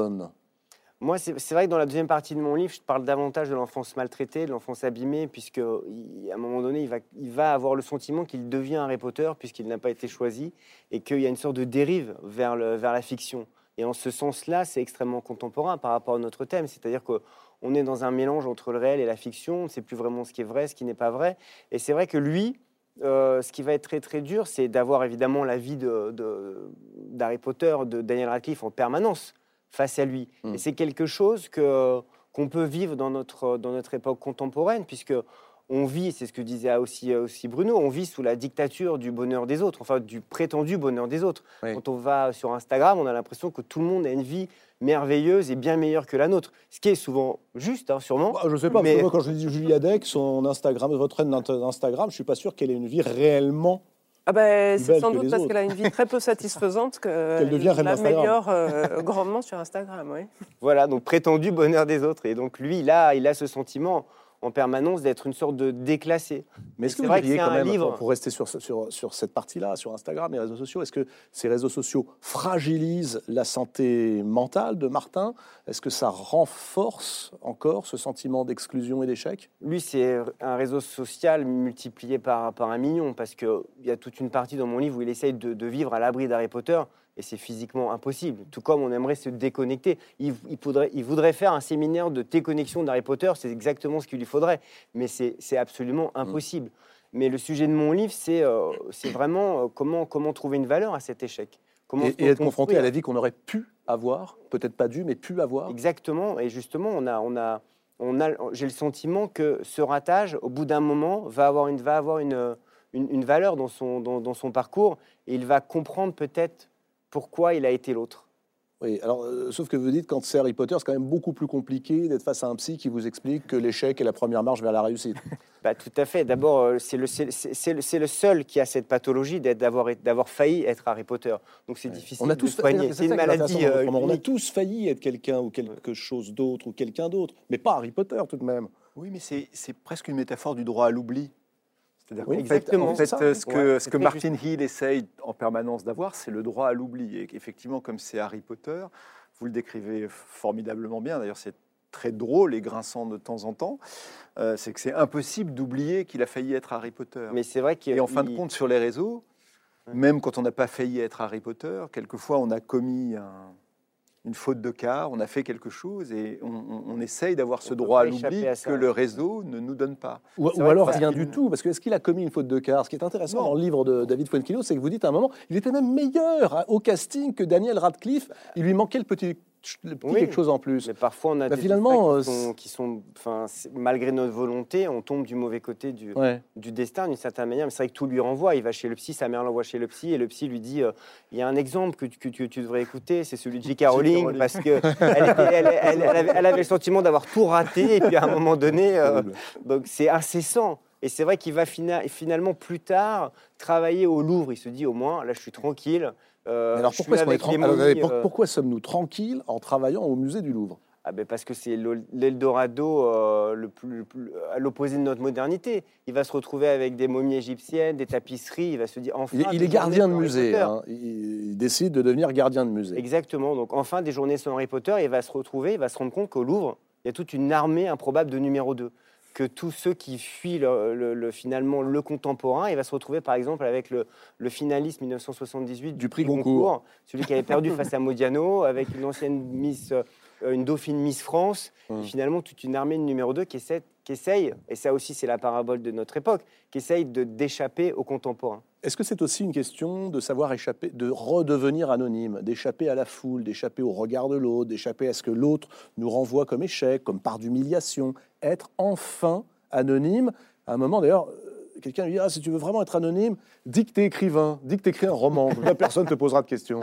Moi, c'est c'est vrai que dans la deuxième partie de mon livre, je parle davantage de l'enfance maltraitée, de l'enfance abîmée, puisque il- à un moment donné, il va, il va avoir le sentiment qu'il devient Harry Potter, puisqu'il n'a pas été choisi, et qu'il y a une sorte de dérive vers, le, vers la fiction. Et en ce sens-là, c'est extrêmement contemporain par rapport à notre thème, c'est-à-dire qu'on est dans un mélange entre le réel et la fiction, on ne sait plus vraiment ce qui est vrai, ce qui n'est pas vrai. Et c'est vrai que lui, euh, ce qui va être très très dur, c'est d'avoir évidemment la vie de, de- d'Harry Potter, de Daniel Radcliffe en permanence face à lui. Mm. Et c'est quelque chose que, qu'on peut vivre dans notre, dans notre époque contemporaine, puisque on vit, c'est ce que disait aussi, aussi Bruno, on vit sous la dictature du bonheur des autres, enfin du prétendu bonheur des autres. Oui. Quand on va sur Instagram, on a l'impression que tout le monde a une vie merveilleuse et bien meilleure que la nôtre, ce qui est souvent juste, hein, sûrement. Bah, je sais pas, mais- parce que moi, quand je dis Julie Adec, son Instagram, votre Instagram, je suis pas sûr qu'elle ait une vie réellement. Ah ben, Plus c'est belle sans que doute les parce autres. qu'elle a une vie très peu satisfaisante Qu'elle devient reine d'Instagram. l'améliore euh, grandement sur Instagram. Oui. Voilà, donc prétendu bonheur des autres. Et donc lui, il a, il a ce sentiment en permanence d'être une sorte de déclassé. Mais est-ce que C'est vous vrai que diriez c'est quand un même, livre- pour, pour rester sur, ce- sur, sur cette partie-là, sur Instagram, les réseaux sociaux, est-ce que ces réseaux sociaux fragilisent la santé mentale de Martin? Est-ce que ça renforce encore ce sentiment d'exclusion et d'échec? Lui, c'est un réseau social multiplié par, par un million, parce qu'il y a toute une partie dans mon livre où il essaye de, de vivre à l'abri d'Harry Potter, et c'est physiquement impossible. Tout comme on aimerait se déconnecter. Il, il, faudrait, il voudrait faire un séminaire de déconnexion d'Harry Potter, c'est exactement ce qu'il lui faudrait, mais c'est c'est absolument impossible. Mais le sujet de mon livre, c'est euh, c'est vraiment euh, comment, comment trouver une valeur à cet échec. Comment Et, se et être confronté construire. à la vie qu'on aurait pu avoir, peut-être pas dû, mais pu avoir. Exactement, et justement, on a, on a, on a, j'ai le sentiment que ce ratage, au bout d'un moment, va avoir une, va avoir une, une, une valeur dans son, dans, dans son parcours, et il va comprendre peut-être pourquoi il a été l'autre. Oui, alors, euh, sauf que vous dites, quand c'est Harry Potter, c'est quand même beaucoup plus compliqué d'être face à un psy qui vous explique que l'échec est la première marche vers la réussite. Bah, tout à fait. D'abord, euh, c'est le, c'est, c'est- c'est le, c'est le seul qui a cette pathologie d'être, d'avoir, été- d'avoir failli être Harry Potter. Donc c'est difficile On a de tous soigner. c'est C'est une ça qui est maladie intéressant dans euh, votre roman. On a unique. tous failli être quelqu'un ou quelque chose d'autre ou quelqu'un d'autre, mais pas Harry Potter tout de même. Oui, mais c'est c'est presque une métaphore du droit à l'oubli. C'est-à-dire Oui, qu'en exactement. fait, en fait, C'est ça. euh, ce que, Ouais, ce c'est que très Martin Hill essaye en permanence d'avoir, c'est le droit à l'oubli. Et effectivement, comme c'est Harry Potter, vous le décrivez formidablement bien, d'ailleurs c'est très drôle et grinçant de temps en temps, euh, c'est que c'est impossible d'oublier qu'il a failli être Harry Potter. Mais c'est vrai qu'il Et en fin de il- compte, sur les réseaux, Ouais. même quand on n'a pas failli être Harry Potter, quelquefois on a commis un- une faute de quart, on a fait quelque chose et on, on- on essaye d'avoir ce On peut droit à pas échapper l'oubli à ça. que le réseau ne nous donne pas. Ou, C'est ou vrai alors que ça- rien du tout, parce que est-ce qu'il a commis une faute de quart? Ce qui est intéressant Non. dans le livre de David Fuenquinos, c'est que vous dites à un moment, il était même meilleur hein, au casting que Daniel Radcliffe. Il lui manquait le petit, le petit Oui. quelque chose en plus. Mais parfois, on a Bah, des finalement, destins euh, qui sont, qui sont enfin, c'est- malgré notre volonté, on tombe du mauvais côté du, Ouais. du destin d'une certaine manière. Mais c'est vrai que tout lui renvoie. Il va chez le psy, sa mère l'envoie chez le psy, et le psy lui dit euh, il y a un exemple que, tu- que tu- tu devrais écouter, c'est celui de J K. Rowling, Rowling. parce que elle, était- elle- elle- elle avait, elle avait le sentiment d'avoir tout raté, et puis à un moment donné, euh, Horrible. donc c'est incessant. Et c'est vrai qu'il va fina- finalement plus tard travailler au Louvre. Il se dit au moins là, je suis tranquille. euh, Mais alors je suis pourquoi, est-ce qu'on est avec tran- les alors, attendez, momies, pour- euh, pourquoi sommes-nous tranquilles en travaillant au musée du Louvre? Ah ben parce que c'est l'O- l'Eldorado euh, le plus, le plus- à l'opposé de notre modernité. Il va se retrouver avec des momies égyptiennes, des tapisseries. Il va se dire enfin. Il est, il des est gardien de journées sans musée. Harry Potter. hein. Il, il décide de devenir gardien de musée. Exactement. Donc enfin des journées sans Harry Potter. Il va se retrouver, il va se rendre compte qu'au Louvre, il y a toute une armée improbable de numéro deux. Que tous ceux qui fuient le, le- le- finalement le contemporain, il va se retrouver par exemple avec le, le finaliste mille neuf cent soixante-dix-huit Du prix Goncourt. celui qui avait perdu face à Modiano, avec une ancienne Miss, euh, une dauphine Miss France, Hum. et finalement toute une armée de numéro deux qui essaie, qui essaye, et ça aussi c'est la parabole de notre époque, qui essaye de d'échapper aux contemporains. Est-ce que c'est aussi une question de savoir échapper, de redevenir anonyme, d'échapper à la foule, d'échapper au regard de l'autre, d'échapper à ce que l'autre nous renvoie comme échec, comme part d'humiliation, être enfin anonyme? À un moment, d'ailleurs, euh, quelqu'un lui dit ah, si tu veux vraiment être anonyme, dis que tu es écrivain, dis que tu écris un roman, comme ça personne ne te posera de questions.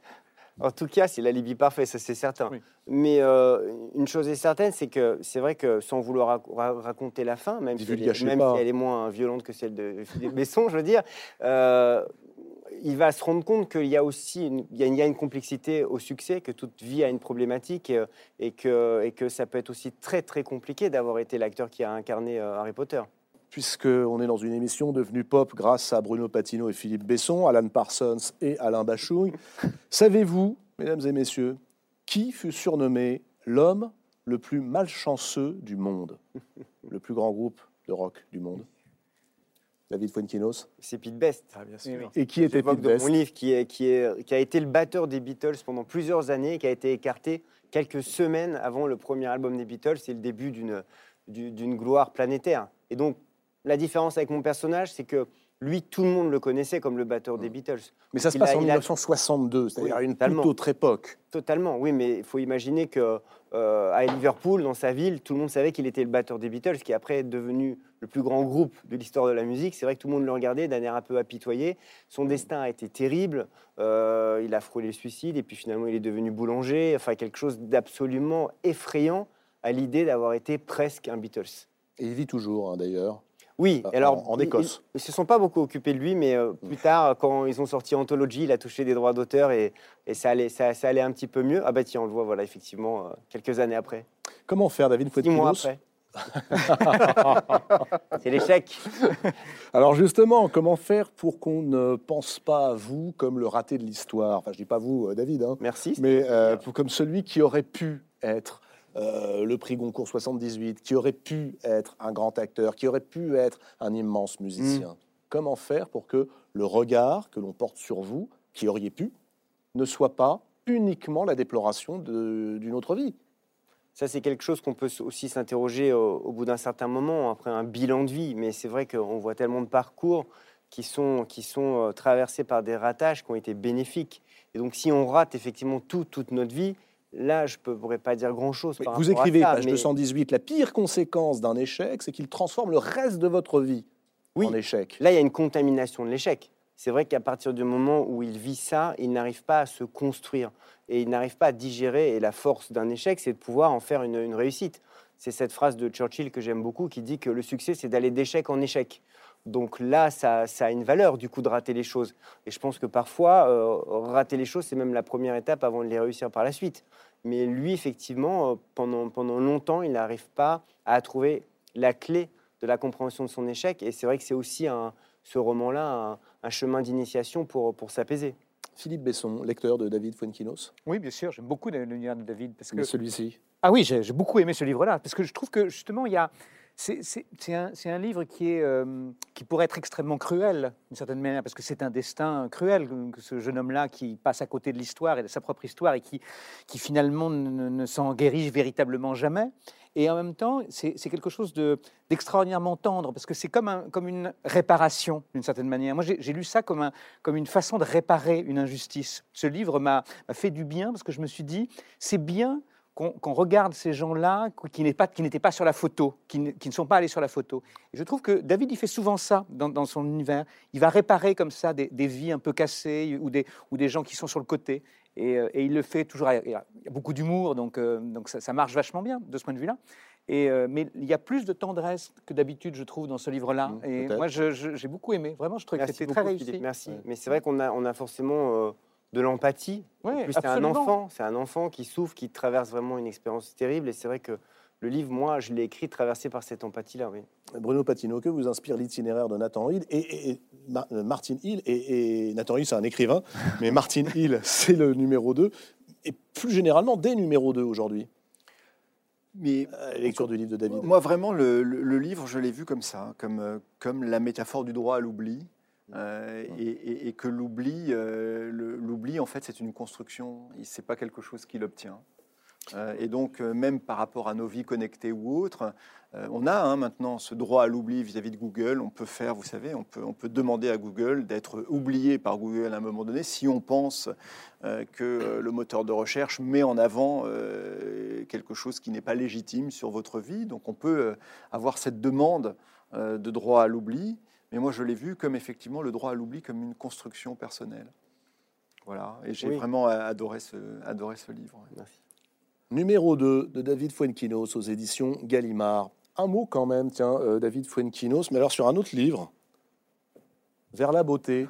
En tout cas, c'est l'alibi parfait, ça c'est certain. Oui. Mais euh, une chose est certaine, c'est que c'est vrai que sans vouloir rac- ra- raconter la fin, même, si elle, est, Divulgachez même pas. si elle est moins violente que celle de Philippe Besson, je veux dire, euh, il va se rendre compte qu'il y a aussi une, il y a, il y a une complexité au succès, que toute vie a une problématique et, et, que, et que ça peut être aussi très très compliqué d'avoir été l'acteur qui a incarné euh, Harry Potter. Puisqu'on est dans une émission devenue pop grâce à Bruno Patino et Philippe Besson, Alan Parsons et Alain Bachouille, savez-vous, mesdames et messieurs, qui fut surnommé l'homme le plus malchanceux du monde, le plus grand groupe de rock du monde. David Fuenquinos. C'est Pete Best. Ah, bien sûr. Et qui était J'évoque Pete dans Best? mon livre, qui, est, qui, est, qui a été le batteur des Beatles pendant plusieurs années, qui a été écarté quelques semaines avant le premier album des Beatles. C'est le début d'une, d'une gloire planétaire. Et donc, la différence avec mon personnage, c'est que lui, tout le monde le connaissait comme le batteur des Beatles. Mais ça se Il passe a- en il a- mille neuf cent soixante-deux, c'est-à-dire Oui, à une toute totalement. autre époque. Totalement, oui, mais il faut imaginer que euh, à Liverpool, dans sa ville, tout le monde savait qu'il était le batteur des Beatles, qui après est devenu le plus grand groupe de l'histoire de la musique. C'est vrai que tout le monde le regardait d'un air un peu apitoyé. Son destin a été terrible. Euh, il a frôlé le suicide et puis finalement il est devenu boulanger. Enfin, quelque chose d'absolument effrayant à l'idée d'avoir été presque un Beatles. Et il vit toujours, hein, d'ailleurs. Oui, En- alors en ils- Écosse. Ils ne se sont pas beaucoup occupés de lui, mais euh, plus tard, quand ils ont sorti Anthology, il a touché des droits d'auteur et, et ça, allait, ça, ça allait un petit peu mieux. Ah bah tiens, on le voit, voilà, effectivement, euh, quelques années après. Comment faire, David Six mois Fuenquinos? après. C'est l'échec. Alors justement, comment faire pour qu'on ne pense pas à vous comme le raté de l'histoire? Enfin, je dis pas vous, euh, David, hein, Merci. mais euh, pour- comme celui qui aurait pu être euh, le prix Goncourt soixante-dix-huit, qui aurait pu être un grand acteur, qui aurait pu être un immense musicien. Comment faire pour que le regard que l'on porte sur vous, qui auriez pu, ne soit pas uniquement la déploration de- d'une autre vie? Ça, c'est quelque chose qu'on peut aussi s'interroger au, au bout d'un certain moment, après un bilan de vie. Mais c'est vrai qu'on voit tellement de parcours qui sont, qui sont euh, traversés par des ratages qui ont été bénéfiques. Et donc, si on rate effectivement tout, toute notre vie, là, je ne pourrais pas dire grand-chose. Mais par vous rapport à écrivez, ça, page mais- deux cent dix-huit, la pire conséquence d'un échec, c'est qu'il transforme le reste de votre vie Oui. en échec. Là, il y a une contamination de l'échec. C'est vrai qu'à partir du moment où il vit ça, il n'arrive pas à se construire et il n'arrive pas à digérer. Et la force d'un échec, c'est de pouvoir en faire une, une réussite. C'est cette phrase de Churchill que j'aime beaucoup qui dit que le succès, c'est d'aller d'échec en échec. Donc là, ça, ça a une valeur du coup de rater les choses. Et je pense que parfois, euh, rater les choses, c'est même la première étape avant de les réussir par la suite. Mais lui, effectivement, euh, pendant, pendant longtemps, il n'arrive pas à trouver la clé de la compréhension de son échec. Et c'est vrai que c'est aussi un, ce roman-là un, un chemin d'initiation pour, pour s'apaiser. Philippe Besson, lecteur de David Fuenquinos, Oui, bien sûr, j'aime beaucoup l'univers de David. Parce que... mais celui-ci. Ah oui, j'ai j'ai beaucoup aimé ce livre-là, parce que je trouve que justement, il y a, c'est, c'est, c'est un, c'est un livre qui, est, euh, qui pourrait être extrêmement cruel, d'une certaine manière, parce que c'est un destin cruel, que, que ce jeune homme-là qui passe à côté de l'histoire et de sa propre histoire, et qui, qui finalement ne, ne s'en guérit véritablement jamais. Et en même temps, c'est, c'est quelque chose de, d'extraordinairement tendre, parce que c'est comme, un, comme une réparation, d'une certaine manière. Moi, j'ai, j'ai lu ça comme, un, comme une façon de réparer une injustice. Ce livre m'a, m'a fait du bien, parce que je me suis dit, c'est bien qu'on, qu'on regarde ces gens-là qui, n'est pas, qui n'étaient pas sur la photo, qui ne, qui ne sont pas allés sur la photo. Et je trouve que David, il fait souvent ça dans, dans son univers. Il va réparer comme ça des, des vies un peu cassées ou des, ou des gens qui sont sur le côté. Et, euh, et il le fait toujours. Il y a, il y a beaucoup d'humour, donc, euh, donc ça, ça marche vachement bien de ce point de vue-là. Et, euh, mais il y a plus de tendresse que d'habitude, je trouve, dans ce livre-là. Mmh, et peut-être. moi, je, je, j'ai beaucoup aimé. Vraiment, je trouvais que Merci c'était beaucoup, très réussi. Philippe, merci. Ouais. Mais c'est vrai qu'on a, on a forcément euh, de l'empathie. Ouais, en plus, c'est un absolument. enfant, c'est un enfant qui souffre, qui traverse vraiment une expérience terrible. Et c'est vrai que le livre, moi, je l'ai écrit traversé par cette empathie-là. Oui. Bruno Patino, que vous inspire l'itinéraire de Nathan Hill et, et- et Ma- euh, Martin Hill et, et Nathan Hill, c'est un écrivain, mais Martin Hill, c'est le numéro deux, et plus généralement des numéros deux aujourd'hui. Mais Euh, lecture du livre de David. moi, vraiment, le, le- le livre, je l'ai vu comme ça, comme, euh, comme la métaphore du droit à l'oubli. euh, et, et- et que l'oubli, euh, le- l'oubli, en fait, c'est une construction. Ce n'est pas quelque chose qu'il obtient. Euh, et donc, euh, même par rapport à nos vies connectées ou autres, euh, on a hein, maintenant ce droit à l'oubli vis-à-vis de Google. On peut faire, vous savez, on peut, on peut demander à Google d'être oublié par Google à un moment donné si on pense euh, que euh, le moteur de recherche met en avant euh, quelque chose qui n'est pas légitime sur votre vie. Donc, on peut euh, avoir cette demande euh, de droit à l'oubli. Mais moi, je l'ai vu comme effectivement le droit à l'oubli comme une construction personnelle. Voilà. Et j'ai Oui. vraiment adoré ce, adoré ce livre. ouais. Merci. Numéro deux de David Fuenquinos aux éditions Gallimard. Un mot quand même, tiens, euh, David Fuenquinos, mais alors sur un autre livre, Vers la beauté.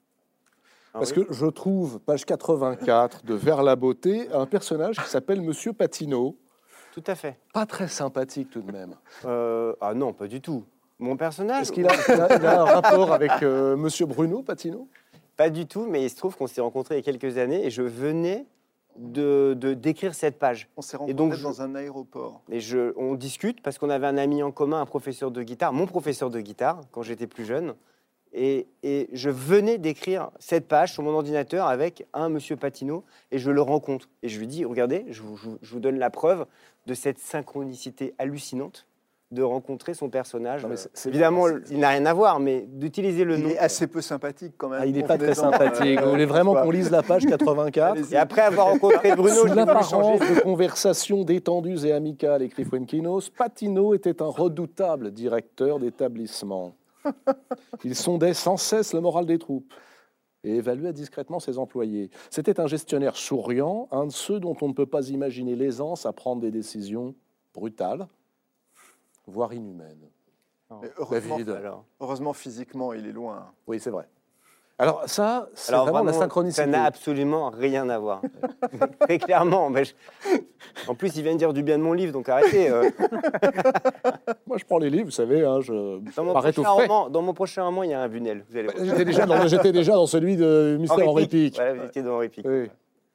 Ah Parce oui. que je trouve, page quatre-vingt-quatre de Vers la beauté, un personnage qui s'appelle Monsieur Patino. Tout à fait. Pas très sympathique tout de même. Euh, ah non, pas du tout. Mon personnage Est-ce qu'il a, il a- il a un rapport avec euh, Monsieur Bruno Patino? Pas du tout, mais il se trouve qu'on s'est rencontrés il y a quelques années et je venais de, de d'écrire cette page. On s'est Et donc, rencontrés je- dans un aéroport. Et je, on discute parce qu'on avait un ami en commun, un professeur de guitare, mon professeur de guitare, quand j'étais plus jeune. Et, et je venais d'écrire cette page sur mon ordinateur avec un monsieur Patineau et je le rencontre. Et je lui dis, regardez, je vous, je vous- je vous donne la preuve de cette synchronicité hallucinante de rencontrer son personnage. Non, mais c'est- c'est- Évidemment, il n'a rien à voir, mais d'utiliser le Il nom. est assez peu sympathique quand même. Ah, il n'est pas très Convenez-en, sympathique. euh, Vous voulez vraiment François. qu'on lise la page quatre-vingt-quatre? Allez-y. Et après avoir rencontré Bruno, Sous je l'ai voulu l'apparence changer. de conversations détendues et amicales, écrit Fuenquinos, Patineau était un redoutable directeur d'établissement. Il sondait sans cesse le moral des troupes et évaluait discrètement ses employés. C'était un gestionnaire souriant, un de ceux dont on ne peut pas imaginer l'aisance à prendre des décisions brutales, voire inhumaines. Mais heureusement, David. Alors, heureusement, physiquement, il est loin. Oui, c'est vrai. Alors ça, c'est alors vraiment, la vraiment, synchronicité. ça n'a absolument rien à voir. Très clairement. Mais je- En plus, il vient de dire du bien de mon livre, donc arrêtez. euh. Moi, je prends les livres, vous savez, hein, je Dans, mon m'arrête au prochain fait. roman, dans mon prochain roman, il y a un Bunel. Vous allez voir. J'étais déjà, dans- j'étais déjà dans celui de Mystère Henri Pic. Voilà, vous étiez dans Henri Pic. Oui.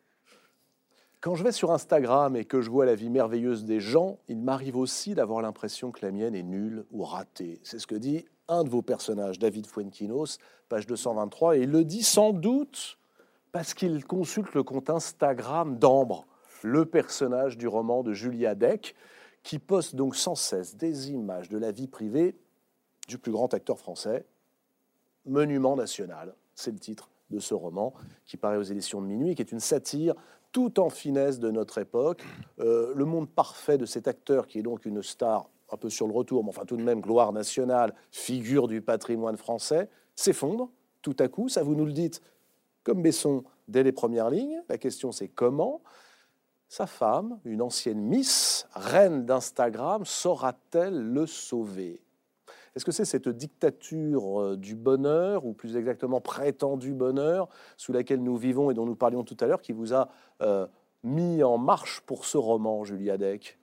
Quand je vais sur Instagram et que je vois la vie merveilleuse des gens, il m'arrive aussi d'avoir l'impression que la mienne est nulle ou ratée. C'est ce que dit un de vos personnages, David Fuenquinos, page deux cent vingt-trois, et il le dit sans doute parce qu'il consulte le compte Instagram d'Ambre, le personnage du roman de Julia Deck, qui poste donc sans cesse des images de la vie privée du plus grand acteur français, Monument national. C'est le titre de ce roman qui paraît aux éditions de Minuit, qui est une satire tout en finesse de notre époque. Euh, le monde parfait de cet acteur qui est donc une star un peu sur le retour, mais enfin tout de même gloire nationale, figure du patrimoine français, s'effondre tout à coup. Ça, vous nous le dites comme Besson dès les premières lignes. La question, c'est comment sa femme, une ancienne Miss, reine d'Instagram, saura-t-elle le sauver? Est-ce que c'est cette dictature euh, du bonheur, ou plus exactement prétendu bonheur, sous laquelle nous vivons et dont nous parlions tout à l'heure, qui vous a euh, mis en marche pour ce roman, Julia Deck?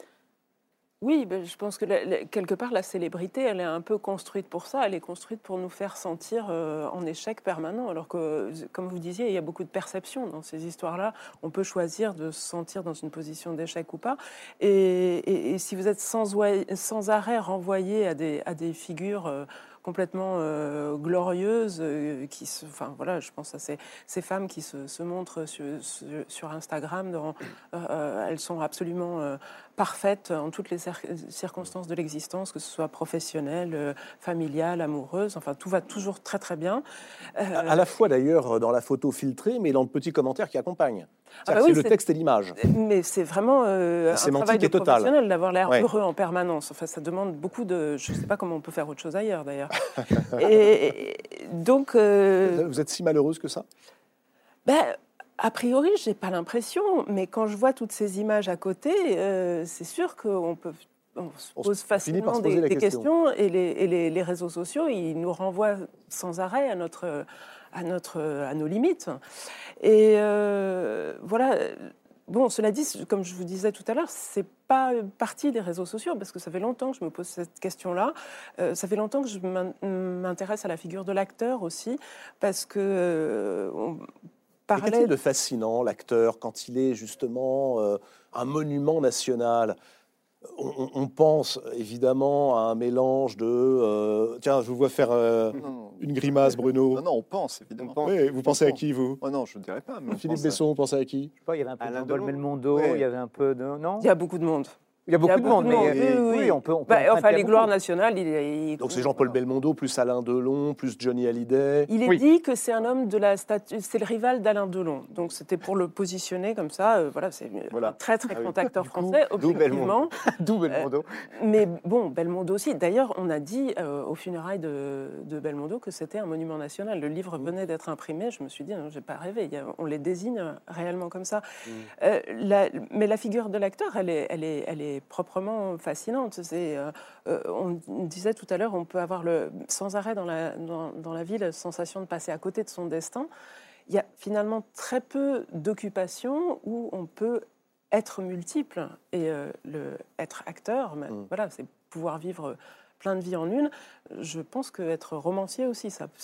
Oui, ben, je pense que la- la- quelque part, la célébrité, elle est un peu construite pour ça. Elle est construite pour nous faire sentir euh, en échec permanent. Alors que, comme vous disiez, il y a beaucoup de perceptions dans ces histoires-là. On peut choisir de se sentir dans une position d'échec ou pas. Et, et- et si vous êtes sans, oi- sans arrêt renvoyé à des, à des figures euh, complètement euh, glorieuses, euh, qui se, enfin voilà, je pense à ces, ces femmes qui se, se montrent sur, sur- sur Instagram. Dans, euh, elles sont absolument euh, parfaites en toutes les cir- circonstances de l'existence, que ce soit professionnelle, euh, familiale, amoureuse. Enfin, tout va toujours très très bien. Euh, À, à la fois d'ailleurs dans la photo filtrée, mais dans le petit commentaire qui accompagne. Ah bah C'est-à-dire que oui, c'est le c'est- texte et l'image. Mais c'est vraiment euh, La un sémantique travail de est totale. professionnel d'avoir l'air Ouais. heureux en permanence. Enfin, ça demande beaucoup de... Je ne sais pas comment on peut faire autre chose ailleurs, d'ailleurs. et, et donc... euh, Vous êtes si malheureuse que ça? ben, a priori, je n'ai pas l'impression, mais quand je vois toutes ces images à côté, euh, c'est sûr qu'on peut... On se On pose se- on finit par facilement se poser des, la des question. questions et, les, et les- les réseaux sociaux, ils nous renvoient sans arrêt à, notre, à, notre, à nos limites. Et euh, voilà. Bon, cela dit, comme je vous disais tout à l'heure, c'est pas partie des réseaux sociaux parce que ça fait longtemps que je me pose cette question-là. Euh, ça fait longtemps que je m'in- m'intéresse à la figure de l'acteur aussi parce que euh, on Mais parlait qu'est-il de fascinant, l'acteur, quand il est justement euh, un monument national? On, on- on pense évidemment à un mélange de... euh, tiens, je vous vois faire euh, Non, non. une grimace, Bruno. Non, non, on pense, évidemment. On pense. Oui, vous pensez à pense. qui, vous? Oh non, je ne dirais pas. Mais on Philippe pense à- Besson, vous pensez à qui? Je sais pas, il y avait un peu Alain de Jean-Paul Delon. Belmondo, Ouais. il y avait un peu de... Non il y a beaucoup de monde. Il y a beaucoup Il y a de monde, beaucoup de mais monde, oui, oui. on peut... On peut Bah, emprunter enfin, à les beaucoup. gloires nationales, il, il- Donc c'est Jean-Paul Belmondo, plus Alain Delon, plus Johnny Hallyday. Il est Oui. dit que c'est un homme de la statue, c'est le rival d'Alain Delon. Donc c'était pour le positionner comme ça. euh, voilà, c'est Voilà. un très très Ah oui. grand acteur Du coup, français, d'où objectivement. D'où Belmondo. Mais bon, Belmondo aussi. D'ailleurs, on a dit euh, aux funérailles de, de Belmondo que c'était un monument national. Le livre venait d'être imprimé. Je me suis dit, non, j'ai pas rêvé. Il y a- on les désigne réellement comme ça. Euh, la- mais la figure de l'acteur, elle est, elle est, elle est proprement fascinante. C'est, euh, euh, on disait tout à l'heure, on peut avoir le, sans arrêt dans la, dans, dans la vie la sensation de passer à côté de son destin. Il y a finalement très peu d'occupations où on peut être multiple et euh, le, être acteur, mais Mm. voilà, c'est pouvoir vivre plein de vies en une. Je pense qu'être romancier aussi, ça, c'est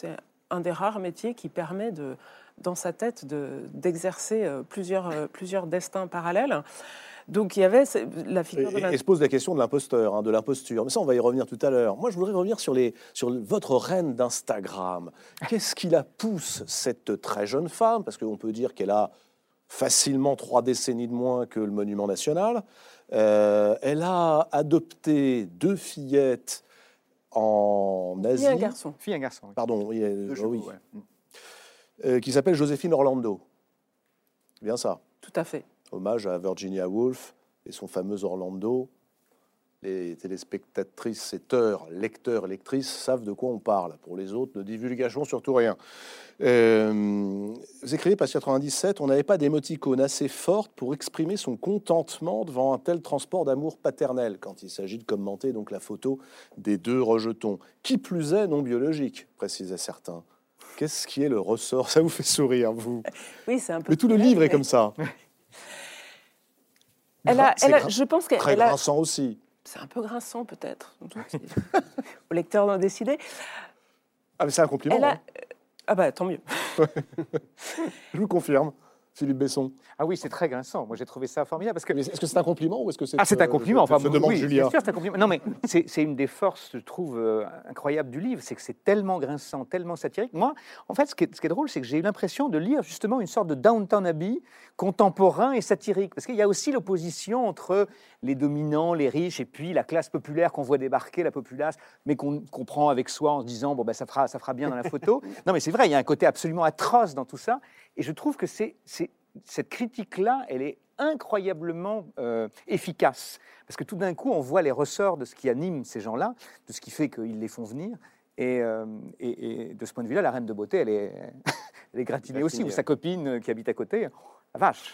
un des rares métiers qui permet de, dans sa tête de, d'exercer euh, plusieurs, euh, plusieurs destins parallèles. Donc il y avait la figure et, de la... et se pose la question de l'imposteur, hein, de l'imposture. Mais ça, on va y revenir tout à l'heure. Moi, je voudrais revenir sur, les, sur votre reine d'Instagram. Qu'est-ce qui la pousse, cette très jeune femme, parce qu'on peut dire qu'elle a facilement trois décennies de moins que le Monument National. Euh, elle a adopté deux fillettes en Asie. Fille et un garçon. Fille et un garçon. Oui. Pardon, oui, euh, Deux oh chevaux, oui. ouais. Euh, qui s'appelle Joséphine Orlando. C'est bien ça. Tout à fait. Hommage à Virginia Woolf et son fameux Orlando. Les téléspectatrices, secteurs, lecteurs, lectrices savent de quoi on parle. Pour les autres, ne divulgation surtout rien. Euh, vous écrivez, page quatre-vingt-dix-sept, on n'avait pas d'émoticône assez forte pour exprimer son contentement devant un tel transport d'amour paternel, quand il s'agit de commenter donc la photo des deux rejetons. Qui plus est non biologique, précisaient certains. Qu'est-ce qui est le ressort? Ça vous fait sourire, vous? Oui, c'est un peu... Mais tout le cruel, livre est mais- comme ça. Elle a, C'est elle a- gra- je pense qu'elle Très elle a- grinçant aussi. C'est un peu grinçant, peut-être. Au lecteur d'en décider. Ah, mais c'est un compliment. Elle a... hein. Ah bah, tant mieux. Je vous confirme, Philippe Besson. Ah oui, c'est très grinçant. Moi, j'ai trouvé ça formidable parce que Mais est-ce que c'est un compliment ou est-ce que c'est ah, c'est un euh, compliment. se- Enfin, se demande oui, Julien. bien sûr, c'est un compliment. Non, mais c'est c'est une des forces, je trouve, euh, incroyables du livre, c'est que c'est tellement grinçant, tellement satirique. Moi, en fait, ce qui est, ce qui est drôle, c'est que j'ai eu l'impression de lire justement une sorte de Downton Abbey contemporain et satirique, parce qu'il y a aussi l'opposition entre les dominants, les riches, et puis la classe populaire qu'on voit débarquer, la populace, mais qu'on qu'on prend avec soi en se disant bon ben ça fera, ça fera bien dans la photo. Non, mais c'est vrai, il y a un côté absolument atroce dans tout ça, et je trouve que c'est c'est cette critique-là, elle est incroyablement euh, efficace. Parce que tout d'un coup, on voit les ressorts de ce qui anime ces gens-là, de ce qui fait qu'ils les font venir. Et, euh, et, et de ce point de vue-là, la reine de beauté, elle est, elle est gratinée aussi. Ou sa copine qui habite à côté. La vache.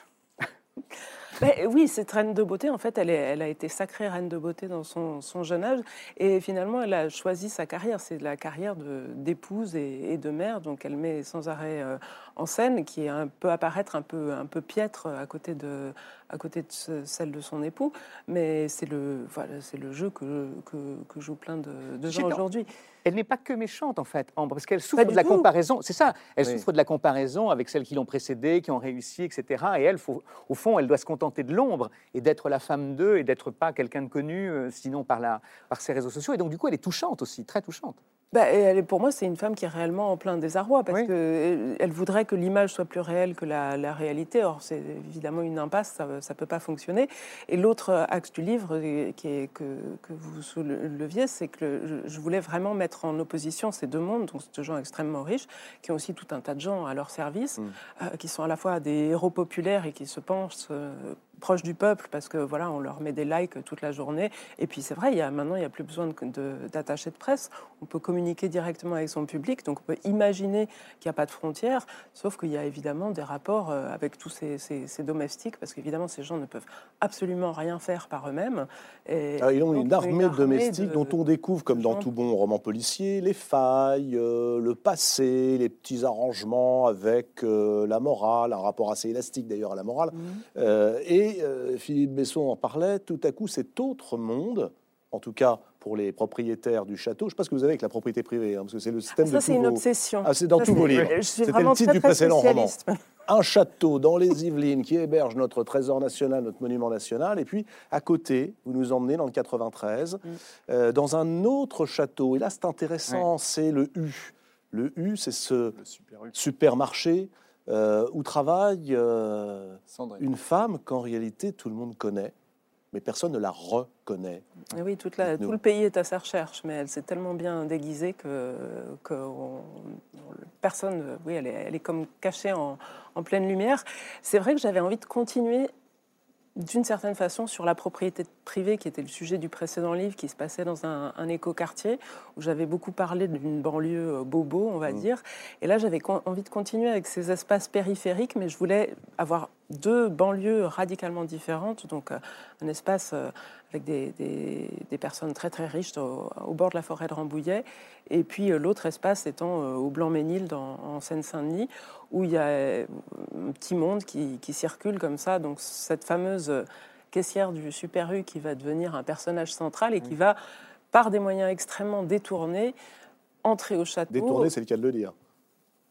Mais oui, cette reine de beauté, en fait, elle, est, elle a été sacrée reine de beauté dans son, son jeune âge. Et finalement, elle a choisi sa carrière. C'est la carrière de- d'épouse et, et de mère. Donc, elle met sans arrêt euh, en scène, qui est un, peut apparaître un peu, un peu piètre à côté de, à côté de ce- celle de son époux. Mais c'est le, voilà, c'est le jeu que, que, que jouent plein de, de gens J'adore. aujourd'hui. Elle n'est pas que méchante, en fait, Ambre, parce qu'elle Pas souffre du de la tout. comparaison. C'est ça, elle Oui. souffre de la comparaison avec celles qui l'ont précédée, qui ont réussi, et cetera. Et elle, faut- au fond, elle doit se contenter de l'ombre et d'être la femme d'eux et d'être pas quelqu'un de connu, euh, sinon par, la, par ses réseaux sociaux. Et donc, du coup, elle est touchante aussi, très touchante. Bah, et elle est, pour moi, c'est une femme qui est réellement en plein désarroi parce Oui. qu'elle elle voudrait que l'image soit plus réelle que la, la réalité. Or, c'est évidemment une impasse, ça ne peut pas fonctionner. Et l'autre axe du livre euh, qui est, que, que vous souleviez, c'est que le- je, je voulais vraiment mettre en opposition ces deux mondes, donc ces gens extrêmement riches, qui ont aussi tout un tas de gens à leur service, Mm. euh, qui sont à la fois des héros populaires et qui se pensent euh, proches du peuple parce que voilà, on leur met des likes toute la journée. Et puis c'est vrai, il y a, maintenant, il n'y a plus besoin de- de- d'attachés de presse. On peut communiquer directement avec son public, donc on peut imaginer qu'il n'y a pas de frontières, sauf qu'il y a évidemment des rapports euh, avec tous ces, ces- ces domestiques, parce qu'évidemment, ces gens ne peuvent absolument rien faire par eux-mêmes. Et Ah, ils ont donc, une armée de domestiques de- dont on découvre, comme de dans gens. tout bon roman policier, les failles, euh, le passé, les petits arrangements avec euh, la morale, un rapport assez élastique d'ailleurs à la morale. Mhm. Euh, et euh, Philippe Besson en parlait, tout à coup cet autre monde, en tout cas pour les propriétaires du château, je ne sais pas ce que vous avez avec la propriété privée, hein, parce que c'est le système de Ça, c'est tous une vos- obsession. Ah, c'est dans Ça, tous vos c'est- livres. Je suis C'était vraiment le titre très, du très précédent roman. spécialiste. Un château dans les Yvelines qui héberge notre trésor national, notre monument national. Et puis, à côté, vous nous emmenez dans le quatre-vingt-treize, Mm. euh, dans un autre château. Et là, c'est intéressant, c'est le U. Le U, c'est ce Le super U. supermarché euh, où travaille euh, Sandrine. une femme qu'en réalité, tout le monde connaît, mais personne ne la reconnaît. Et oui, toute la- Dites-nous. tout le pays est à sa recherche, mais elle s'est tellement bien déguisée que, que on- on- personne, oui, elle est, elle est comme cachée en, en pleine lumière. C'est vrai que j'avais envie de continuer d'une certaine façon sur la propriété privée, qui était le sujet du précédent livre, qui se passait dans un, un écoquartier, où j'avais beaucoup parlé d'une banlieue euh, bobo, on va Mmh. dire. Et là, j'avais con- envie de continuer avec ces espaces périphériques, mais je voulais avoir deux banlieues radicalement différentes, donc euh, un espace euh, avec des, des- des personnes très très riches au, au bord de la forêt de Rambouillet, et puis euh, l'autre espace étant euh, au Blanc-Ménil, dans- en Seine-Saint-Denis, où il y a euh, un petit monde qui, qui circule comme ça, donc cette fameuse euh, caissière du Super U qui va devenir un personnage central et qui Mmh. va, par des moyens extrêmement détournés, entrer au château. Détourné, c'est le cas de le dire.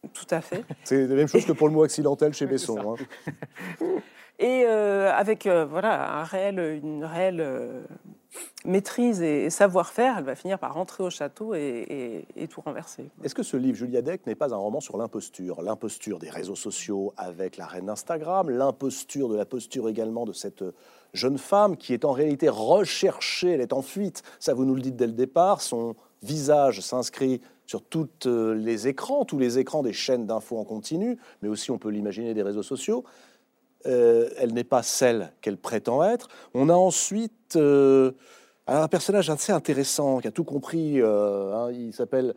Tout à fait. C'est la même chose que pour le mot accidentel chez Besson. Hein. Et euh, avec euh, voilà, un réel, une réelle euh, maîtrise et, et savoir-faire, elle va finir par rentrer au château et, et, et tout renverser. Est-ce que ce livre, Julia Deck, n'est pas un roman sur l'imposture? L'imposture des réseaux sociaux avec la reine d'Instagram, l'imposture de la posture également de cette jeune femme qui est en réalité recherchée, elle est en fuite. Ça, vous nous le dites dès le départ. Son visage s'inscrit sur tous les écrans, tous les écrans des chaînes d'infos en continu, mais aussi, on peut l'imaginer, des réseaux sociaux. Euh, elle n'est pas celle qu'elle prétend être. On a ensuite euh, un personnage assez intéressant qui a tout compris. Euh, hein, il s'appelle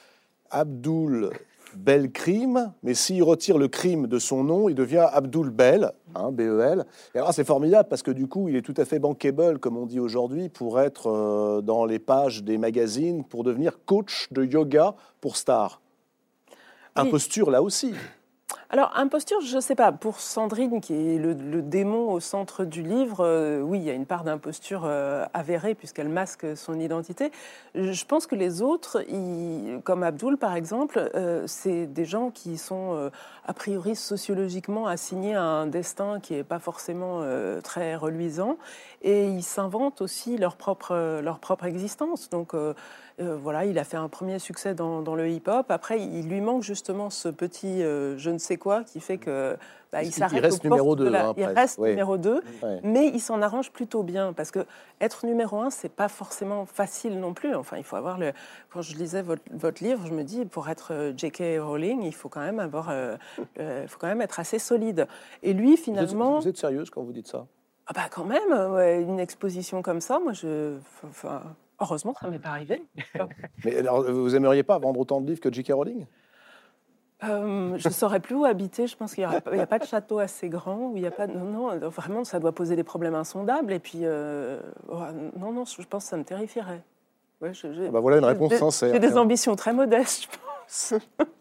Abdul Belkrim, mais s'il retire le crime de son nom, il devient Abdul Bel, hein, B E L. Et alors c'est formidable parce que du coup, il est tout à fait bankable, comme on dit aujourd'hui, pour être euh, dans les pages des magazines, pour devenir coach de yoga pour stars. Oui. Imposture là aussi. Alors, imposture, je ne sais pas. Pour Sandrine, qui est le, le démon au centre du livre, euh, oui, il y a une part d'imposture euh, avérée puisqu'elle masque son identité. Je pense que les autres, ils, comme Abdul par exemple, euh, c'est des gens qui sont euh, a priori sociologiquement assignés à un destin qui n'est pas forcément euh, très reluisant, et ils s'inventent aussi leur propre, leur propre existence. Donc, euh, Euh, voilà, il a fait un premier succès dans, dans le hip-hop. Après, il lui manque justement ce petit euh, je ne sais quoi qui fait que bah, il s'arrête. Il reste numéro deux. La... Hein, il presque. reste oui. numéro deux, oui. mais il s'en arrange plutôt bien parce que être numéro un, c'est pas forcément facile non plus. Enfin, il faut avoir le. Quand je lisais votre, votre livre, je me dis pour être J K Rowling, il faut quand même avoir, euh, euh, il faut quand même être assez solide. Et lui, finalement, vous êtes, vous êtes sérieuse quand vous dites ça? Ah bah quand même, ouais, une exposition comme ça, moi je. Enfin, heureusement, ça ne m'est pas arrivé. Mais alors, vous aimeriez pas vendre autant de livres que J K Rowling? euh, Je ne saurais plus où habiter. Je pense qu'il n'y a, a pas de château assez grand. Où il y a pas, non, non, vraiment, ça doit poser des problèmes insondables. Et puis, euh, non, non, je pense que ça me terrifierait. Ouais, je, je, ah bah voilà une réponse sincère. J'ai des ambitions très modestes, je pense.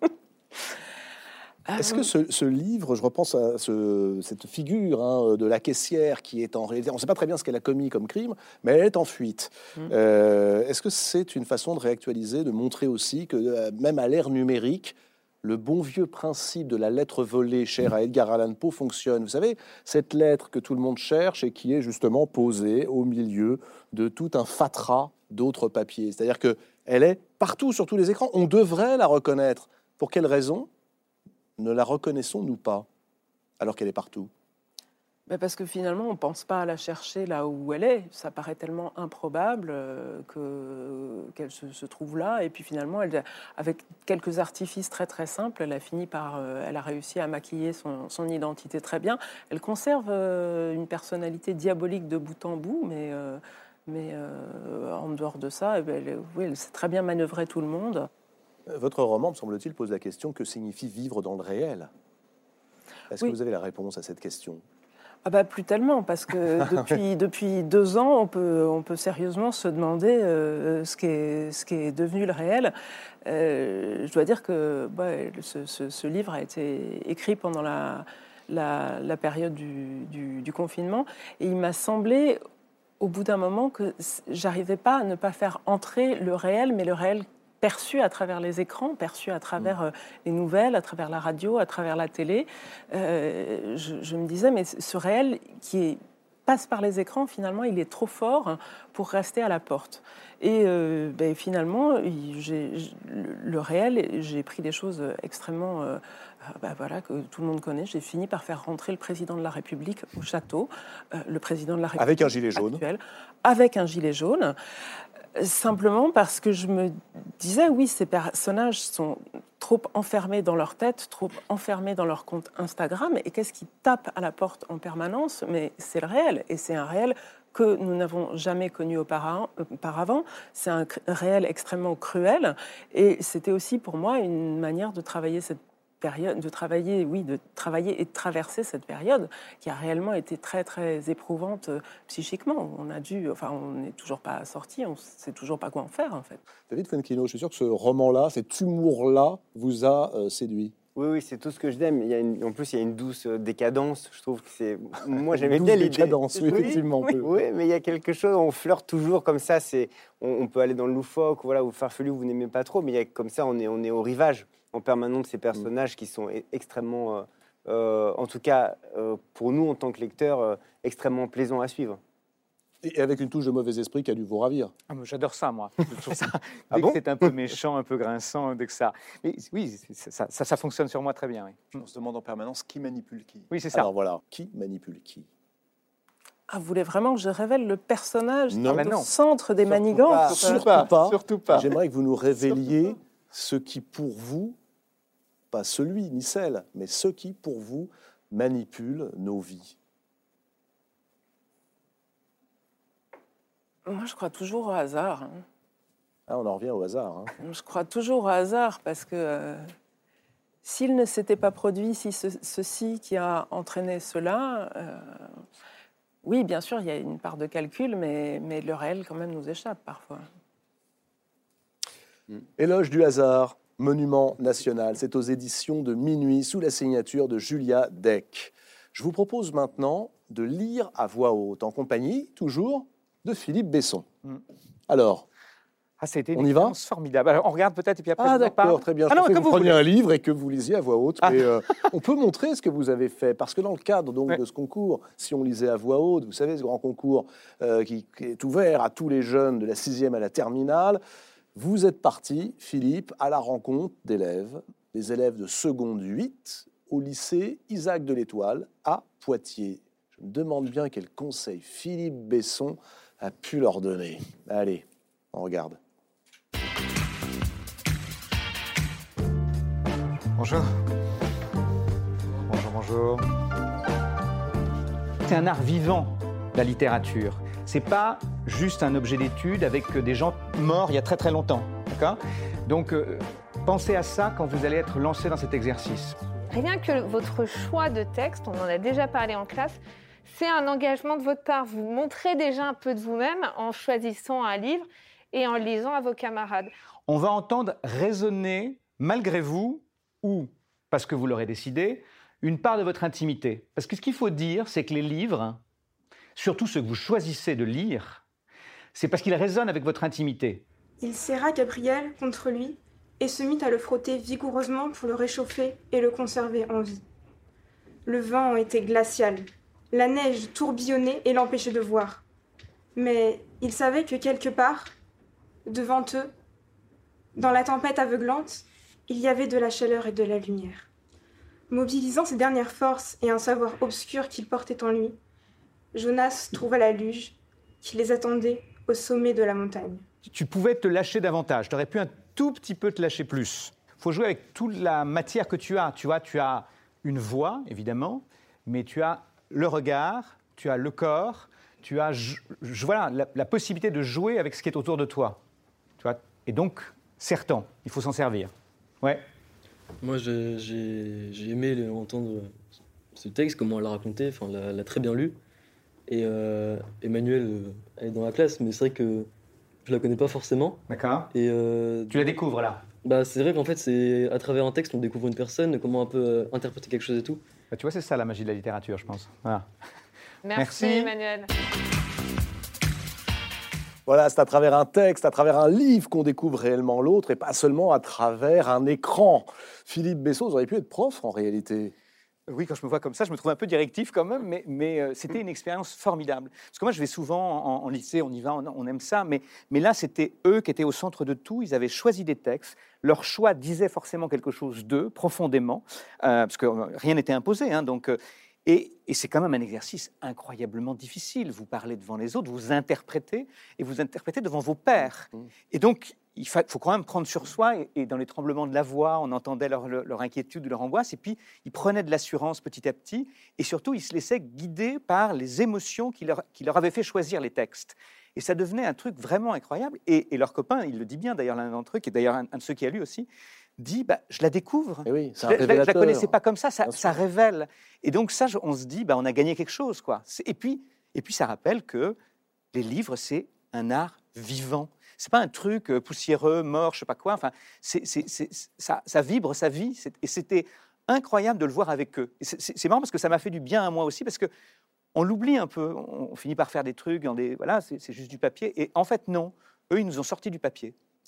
Est-ce que ce, ce livre, je repense à ce, cette figure hein, de la caissière qui est en réalité, on ne sait pas très bien ce qu'elle a commis comme crime, mais elle est en fuite. Mmh. Euh, est-ce que c'est une façon de réactualiser, de montrer aussi que euh, même à l'ère numérique, le bon vieux principe de la lettre volée chère à Edgar Allan Poe fonctionne? Vous savez, cette lettre que tout le monde cherche et qui est justement posée au milieu de tout un fatras d'autres papiers. C'est-à-dire qu'elle est partout sur tous les écrans. On devrait la reconnaître. Pour quelle raison ne la reconnaissons-nous pas, alors qu'elle est partout? Ben parce que finalement, on ne pense pas à la chercher là où elle est. Ça paraît tellement improbable que, qu'elle se, se trouve là. Et puis finalement, elle, avec quelques artifices très très simples, elle a fini par... Elle a réussi à maquiller son, son identité très bien. Elle conserve une personnalité diabolique de bout en bout, mais, mais euh, en dehors de ça, elle, oui, elle sait très bien manœuvrer tout le monde. Votre roman, me semble-t-il, pose la question: que signifie vivre dans le réel? Est-ce oui. que vous avez la réponse à cette question? Ah bah, plus tellement, parce que depuis, depuis deux ans, on peut, on peut sérieusement se demander euh, ce, qui est, ce qui est devenu le réel. Euh, je dois dire que bah, ce, ce, ce livre a été écrit pendant la, la, la période du, du, du confinement, et il m'a semblé, au bout d'un moment, que j'arrivais pas à ne pas faire entrer le réel, mais le réel perçu à travers les écrans, perçu à travers euh, les nouvelles, à travers la radio, à travers la télé. Euh, je, je me disais, mais ce réel qui est, passe par les écrans, finalement, il est trop fort pour rester à la porte. Et euh, ben, finalement, j'ai, le, le réel, j'ai pris des choses extrêmement... Euh, ben, voilà, que tout le monde connaît. J'ai fini par faire rentrer le président de la République au château, euh, le président de la République avec un gilet jaune. Actuel, avec un gilet jaune. Simplement parce que je me disais, oui, ces personnages sont trop enfermés dans leur tête, trop enfermés dans leur compte Instagram, et qu'est-ce qui tape à la porte en permanence? Mais c'est le réel, et c'est un réel que nous n'avons jamais connu auparavant. C'est un réel extrêmement cruel, et c'était aussi pour moi une manière de travailler cette période, de travailler, oui, de travailler et de traverser cette période qui a réellement été très, très éprouvante euh, psychiquement. On a dû, enfin, on n'est toujours pas sorti, on ne sait toujours pas quoi en faire, en fait. David Fontecchino, je suis sûr que ce roman-là, cet humour-là, vous a euh, séduit. Oui, oui, c'est tout ce que je aime. Il y a une, en plus, il y a une douce décadence. Je trouve que c'est. Moi, j'aimais bien l'idée. Décadence, oui, effectivement. Oui, oui, mais il y a quelque chose. On flirte toujours comme ça. C'est. On, on peut aller dans le loufoque, voilà, ou farfelu, vous n'aimez pas trop, mais il y a, comme ça, on est, on est au rivage. en permanence ces personnages qui sont e- extrêmement, euh, euh, en tout cas euh, pour nous en tant que lecteurs, euh, extrêmement plaisants à suivre. Et avec une touche de mauvais esprit qui a dû vous ravir. Ah, mais j'adore ça, moi. Je trouve ça, dès Ah que bon c'est un peu méchant, un peu grinçant, dès que ça... Mais oui, c'est- ça, ça, ça fonctionne sur moi très bien. Oui, On se demande en permanence qui manipule qui. oui c'est ça. Alors voilà, qui manipule qui? Ah, vous voulez vraiment que je révèle le personnage Non. au Ah, bah non. centre des Surtout manigances pas. Surtout pas. Surtout pas. J'aimerais que vous nous révéliez ce qui, pour vous, pas celui ni celle, mais ce qui, pour vous, manipule nos vies. Moi, je crois toujours au hasard. hein. Ah, on en revient au hasard. hein. Je crois toujours au hasard parce que euh, s'il ne s'était pas produit, si ce- ceci qui a entraîné cela, euh, oui, bien sûr, il y a une part de calcul, mais, mais le réel, quand même, nous échappe parfois. Éloge du hasard, monument national. C'est aux éditions de Minuit, sous la signature de Julia Deck. Je vous propose maintenant de lire à voix haute, en compagnie, toujours, de Philippe Besson. Mm. Alors, Ah, ça a été une On y va expérience formidable. Alors, on regarde peut-être et puis après, ah je vous en d'accord, parle. très bien. Je Ah non, pensais que comme vous vous preniez voulez. un livre et que vous lisiez à voix haute. Ah. Mais euh, on peut montrer ce que vous avez fait. Parce que dans le cadre donc, Ouais. de ce concours, si on lisait à voix haute, vous savez, ce grand concours euh, qui, qui est ouvert à tous les jeunes de la sixième à la terminale, vous êtes parti, Philippe, à la rencontre d'élèves, des élèves de seconde huit au lycée Isaac de l'Étoile à Poitiers. Je me demande bien quel conseil Philippe Besson a pu leur donner. Allez, on regarde. Bonjour. Bonjour, bonjour. C'est un art vivant, la littérature. C'est pas juste un objet d'étude avec des gens morts il y a très très longtemps. D'accord ? Donc, euh, pensez à ça quand vous allez être lancé dans cet exercice. Rien que votre choix de texte, on en a déjà parlé en classe, c'est un engagement de votre part. Vous montrez déjà un peu de vous-même en choisissant un livre et en le lisant à vos camarades. On va entendre résonner, malgré vous, ou parce que vous l'aurez décidé, une part de votre intimité. Parce que ce qu'il faut dire, c'est que les livres, surtout ceux que vous choisissez de lire, c'est parce qu'ils résonnent avec votre intimité. Il serra Gabriel contre lui et se mit à le frotter vigoureusement pour le réchauffer et le conserver en vie. Le vent était glacial, la neige tourbillonnait et l'empêchait de voir. Mais il savait que quelque part, devant eux, dans la tempête aveuglante, il y avait de la chaleur et de la lumière. Mobilisant ses dernières forces et un savoir obscur qu'il portait en lui, Jonas trouva la luge qui les attendait au sommet de la montagne. Tu pouvais te lâcher davantage, tu aurais pu un tout petit peu te lâcher plus. Il faut jouer avec toute la matière que tu as. Tu vois, tu as une voix, évidemment, mais tu as le regard, tu as le corps, tu as voilà, la, la possibilité de jouer avec ce qui est autour de toi. Tu vois, et donc, c'est temps, il faut s'en servir. Ouais. Moi, j'ai, j'ai, j'ai aimé le- entendre ce texte, comment elle l'a raconté, enfin, elle l'a- elle l'a très bien lu. Et euh, Emmanuel, euh, elle est dans la classe, mais c'est vrai que je la connais pas forcément. D'accord. Et euh, Tu la découvres là. bah, c'est vrai qu'en fait, c'est à travers un texte, on découvre une personne, comment un peu euh, interpréter quelque chose et tout. Bah, tu vois, c'est ça la magie de la littérature, je pense. Voilà. Merci, Merci. Emmanuel. Voilà, c'est à travers un texte, à travers un livre qu'on découvre réellement l'autre et pas seulement à travers un écran. Philippe Besson, vous auriez pu être prof en réalité. Oui, quand je me vois comme ça, je me trouve un peu directif quand même, mais, mais euh, c'était une expérience formidable. Parce que moi, je vais souvent en, en lycée, on y va, on, on aime ça, mais, mais là, c'était eux qui étaient au centre de tout. Ils avaient choisi des textes. Leur choix disait forcément quelque chose d'eux, profondément, euh, parce que euh, rien n'était imposé. Hein, donc, euh, et, et c'est quand même un exercice incroyablement difficile. Vous parlez devant les autres, vous interprétez, et vous interprétez devant vos pairs. Et donc, il fa- faut quand même prendre sur soi, et, et dans les tremblements de la voix, on entendait leur, leur, leur inquiétude, leur angoisse, et puis ils prenaient de l'assurance petit à petit, et surtout, ils se laissaient guider par les émotions qui leur, qui leur avaient fait choisir les textes. Et ça devenait un truc vraiment incroyable. Et, et leur copain, il le dit bien d'ailleurs, l'un d'entre eux, qui est d'ailleurs un, un de ceux qui a lu aussi, dit bah, je la découvre. Eh oui, c'est Je un ne la révélateur. connaissais pas comme ça, ça, Bien sûr. ça révèle. Et donc ça, je- on se dit, bah, on a gagné quelque chose. Quoi. C'est- Et, puis, et puis ça rappelle que les livres, c'est un art vivant. C'est pas un truc euh, poussiéreux, mort, je sais pas quoi. Enfin, c'est, c'est, c'est- ça, ça vibre, ça vit. C'est- et c'était incroyable de le voir avec eux. Et c'est, c'est- c'est marrant parce que ça m'a fait du bien à moi aussi, parce que on l'oublie un peu. On, on finit par faire des trucs, dans des, voilà, c'est, c'est juste du papier. Et en fait, non. Eux, ils nous ont sorti du papier.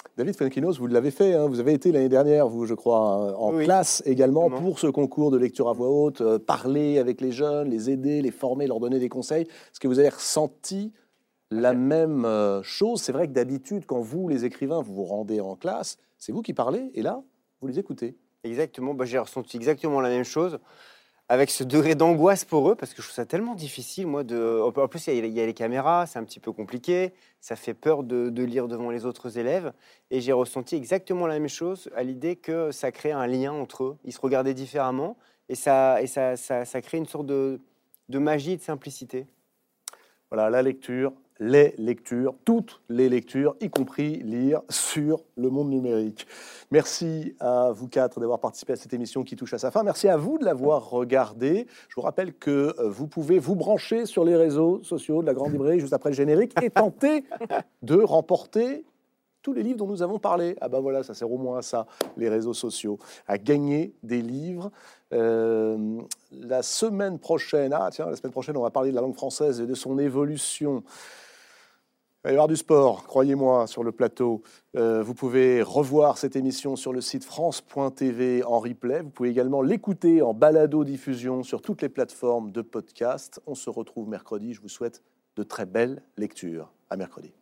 David Fuenquinos, vous l'avez fait, hein, vous avez été l'année dernière, vous, je crois, hein, en Oui. classe également Exactement. pour ce concours de lecture à voix haute, euh, parler avec les jeunes, les aider, les former, leur donner des conseils. Est-ce que vous avez ressenti la même euh, chose? C'est vrai que d'habitude, quand vous, les écrivains, vous vous rendez en classe, c'est vous qui parlez, et là, vous les écoutez. Exactement, bah, j'ai ressenti exactement la même chose, avec ce degré d'angoisse pour eux, parce que je trouve ça tellement difficile, moi, de... En plus, il y, a- il y a les caméras, c'est un petit peu compliqué, ça fait peur de, de lire devant les autres élèves, et j'ai ressenti exactement la même chose à l'idée que ça crée un lien entre eux. Ils se regardaient différemment, et ça, et ça, ça, ça crée une sorte de, de magie et de simplicité. Voilà, la lecture, les lectures, toutes les lectures, y compris lire sur le monde numérique. Merci à vous quatre d'avoir participé à cette émission qui touche à sa fin. Merci à vous de l'avoir regardée. Je vous rappelle que euh, vous pouvez vous brancher sur les réseaux sociaux de la Grande Librairie juste après le générique et tenter de remporter tous les livres dont nous avons parlé. Ah ben voilà, ça sert au moins à ça, les réseaux sociaux, à gagner des livres. Euh, la semaine prochaine, ah tiens, la semaine prochaine, on va parler de la langue française et de son évolution. Il va y avoir du sport, croyez-moi, sur le plateau. Euh, vous pouvez revoir cette émission sur le site france point t v en replay. Vous pouvez également l'écouter en balado-diffusion sur toutes les plateformes de podcast. On se retrouve mercredi. Je vous souhaite de très belles lectures. À mercredi.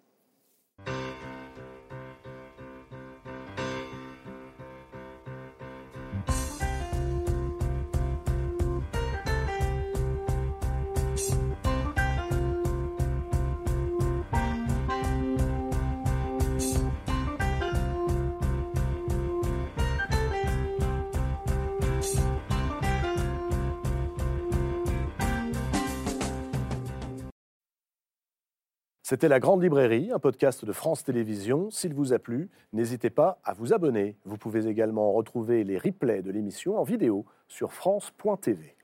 C'était La Grande Librairie, un podcast de France Télévisions. S'il vous a plu, n'hésitez pas à vous abonner. Vous pouvez également retrouver les replays de l'émission en vidéo sur france point t v.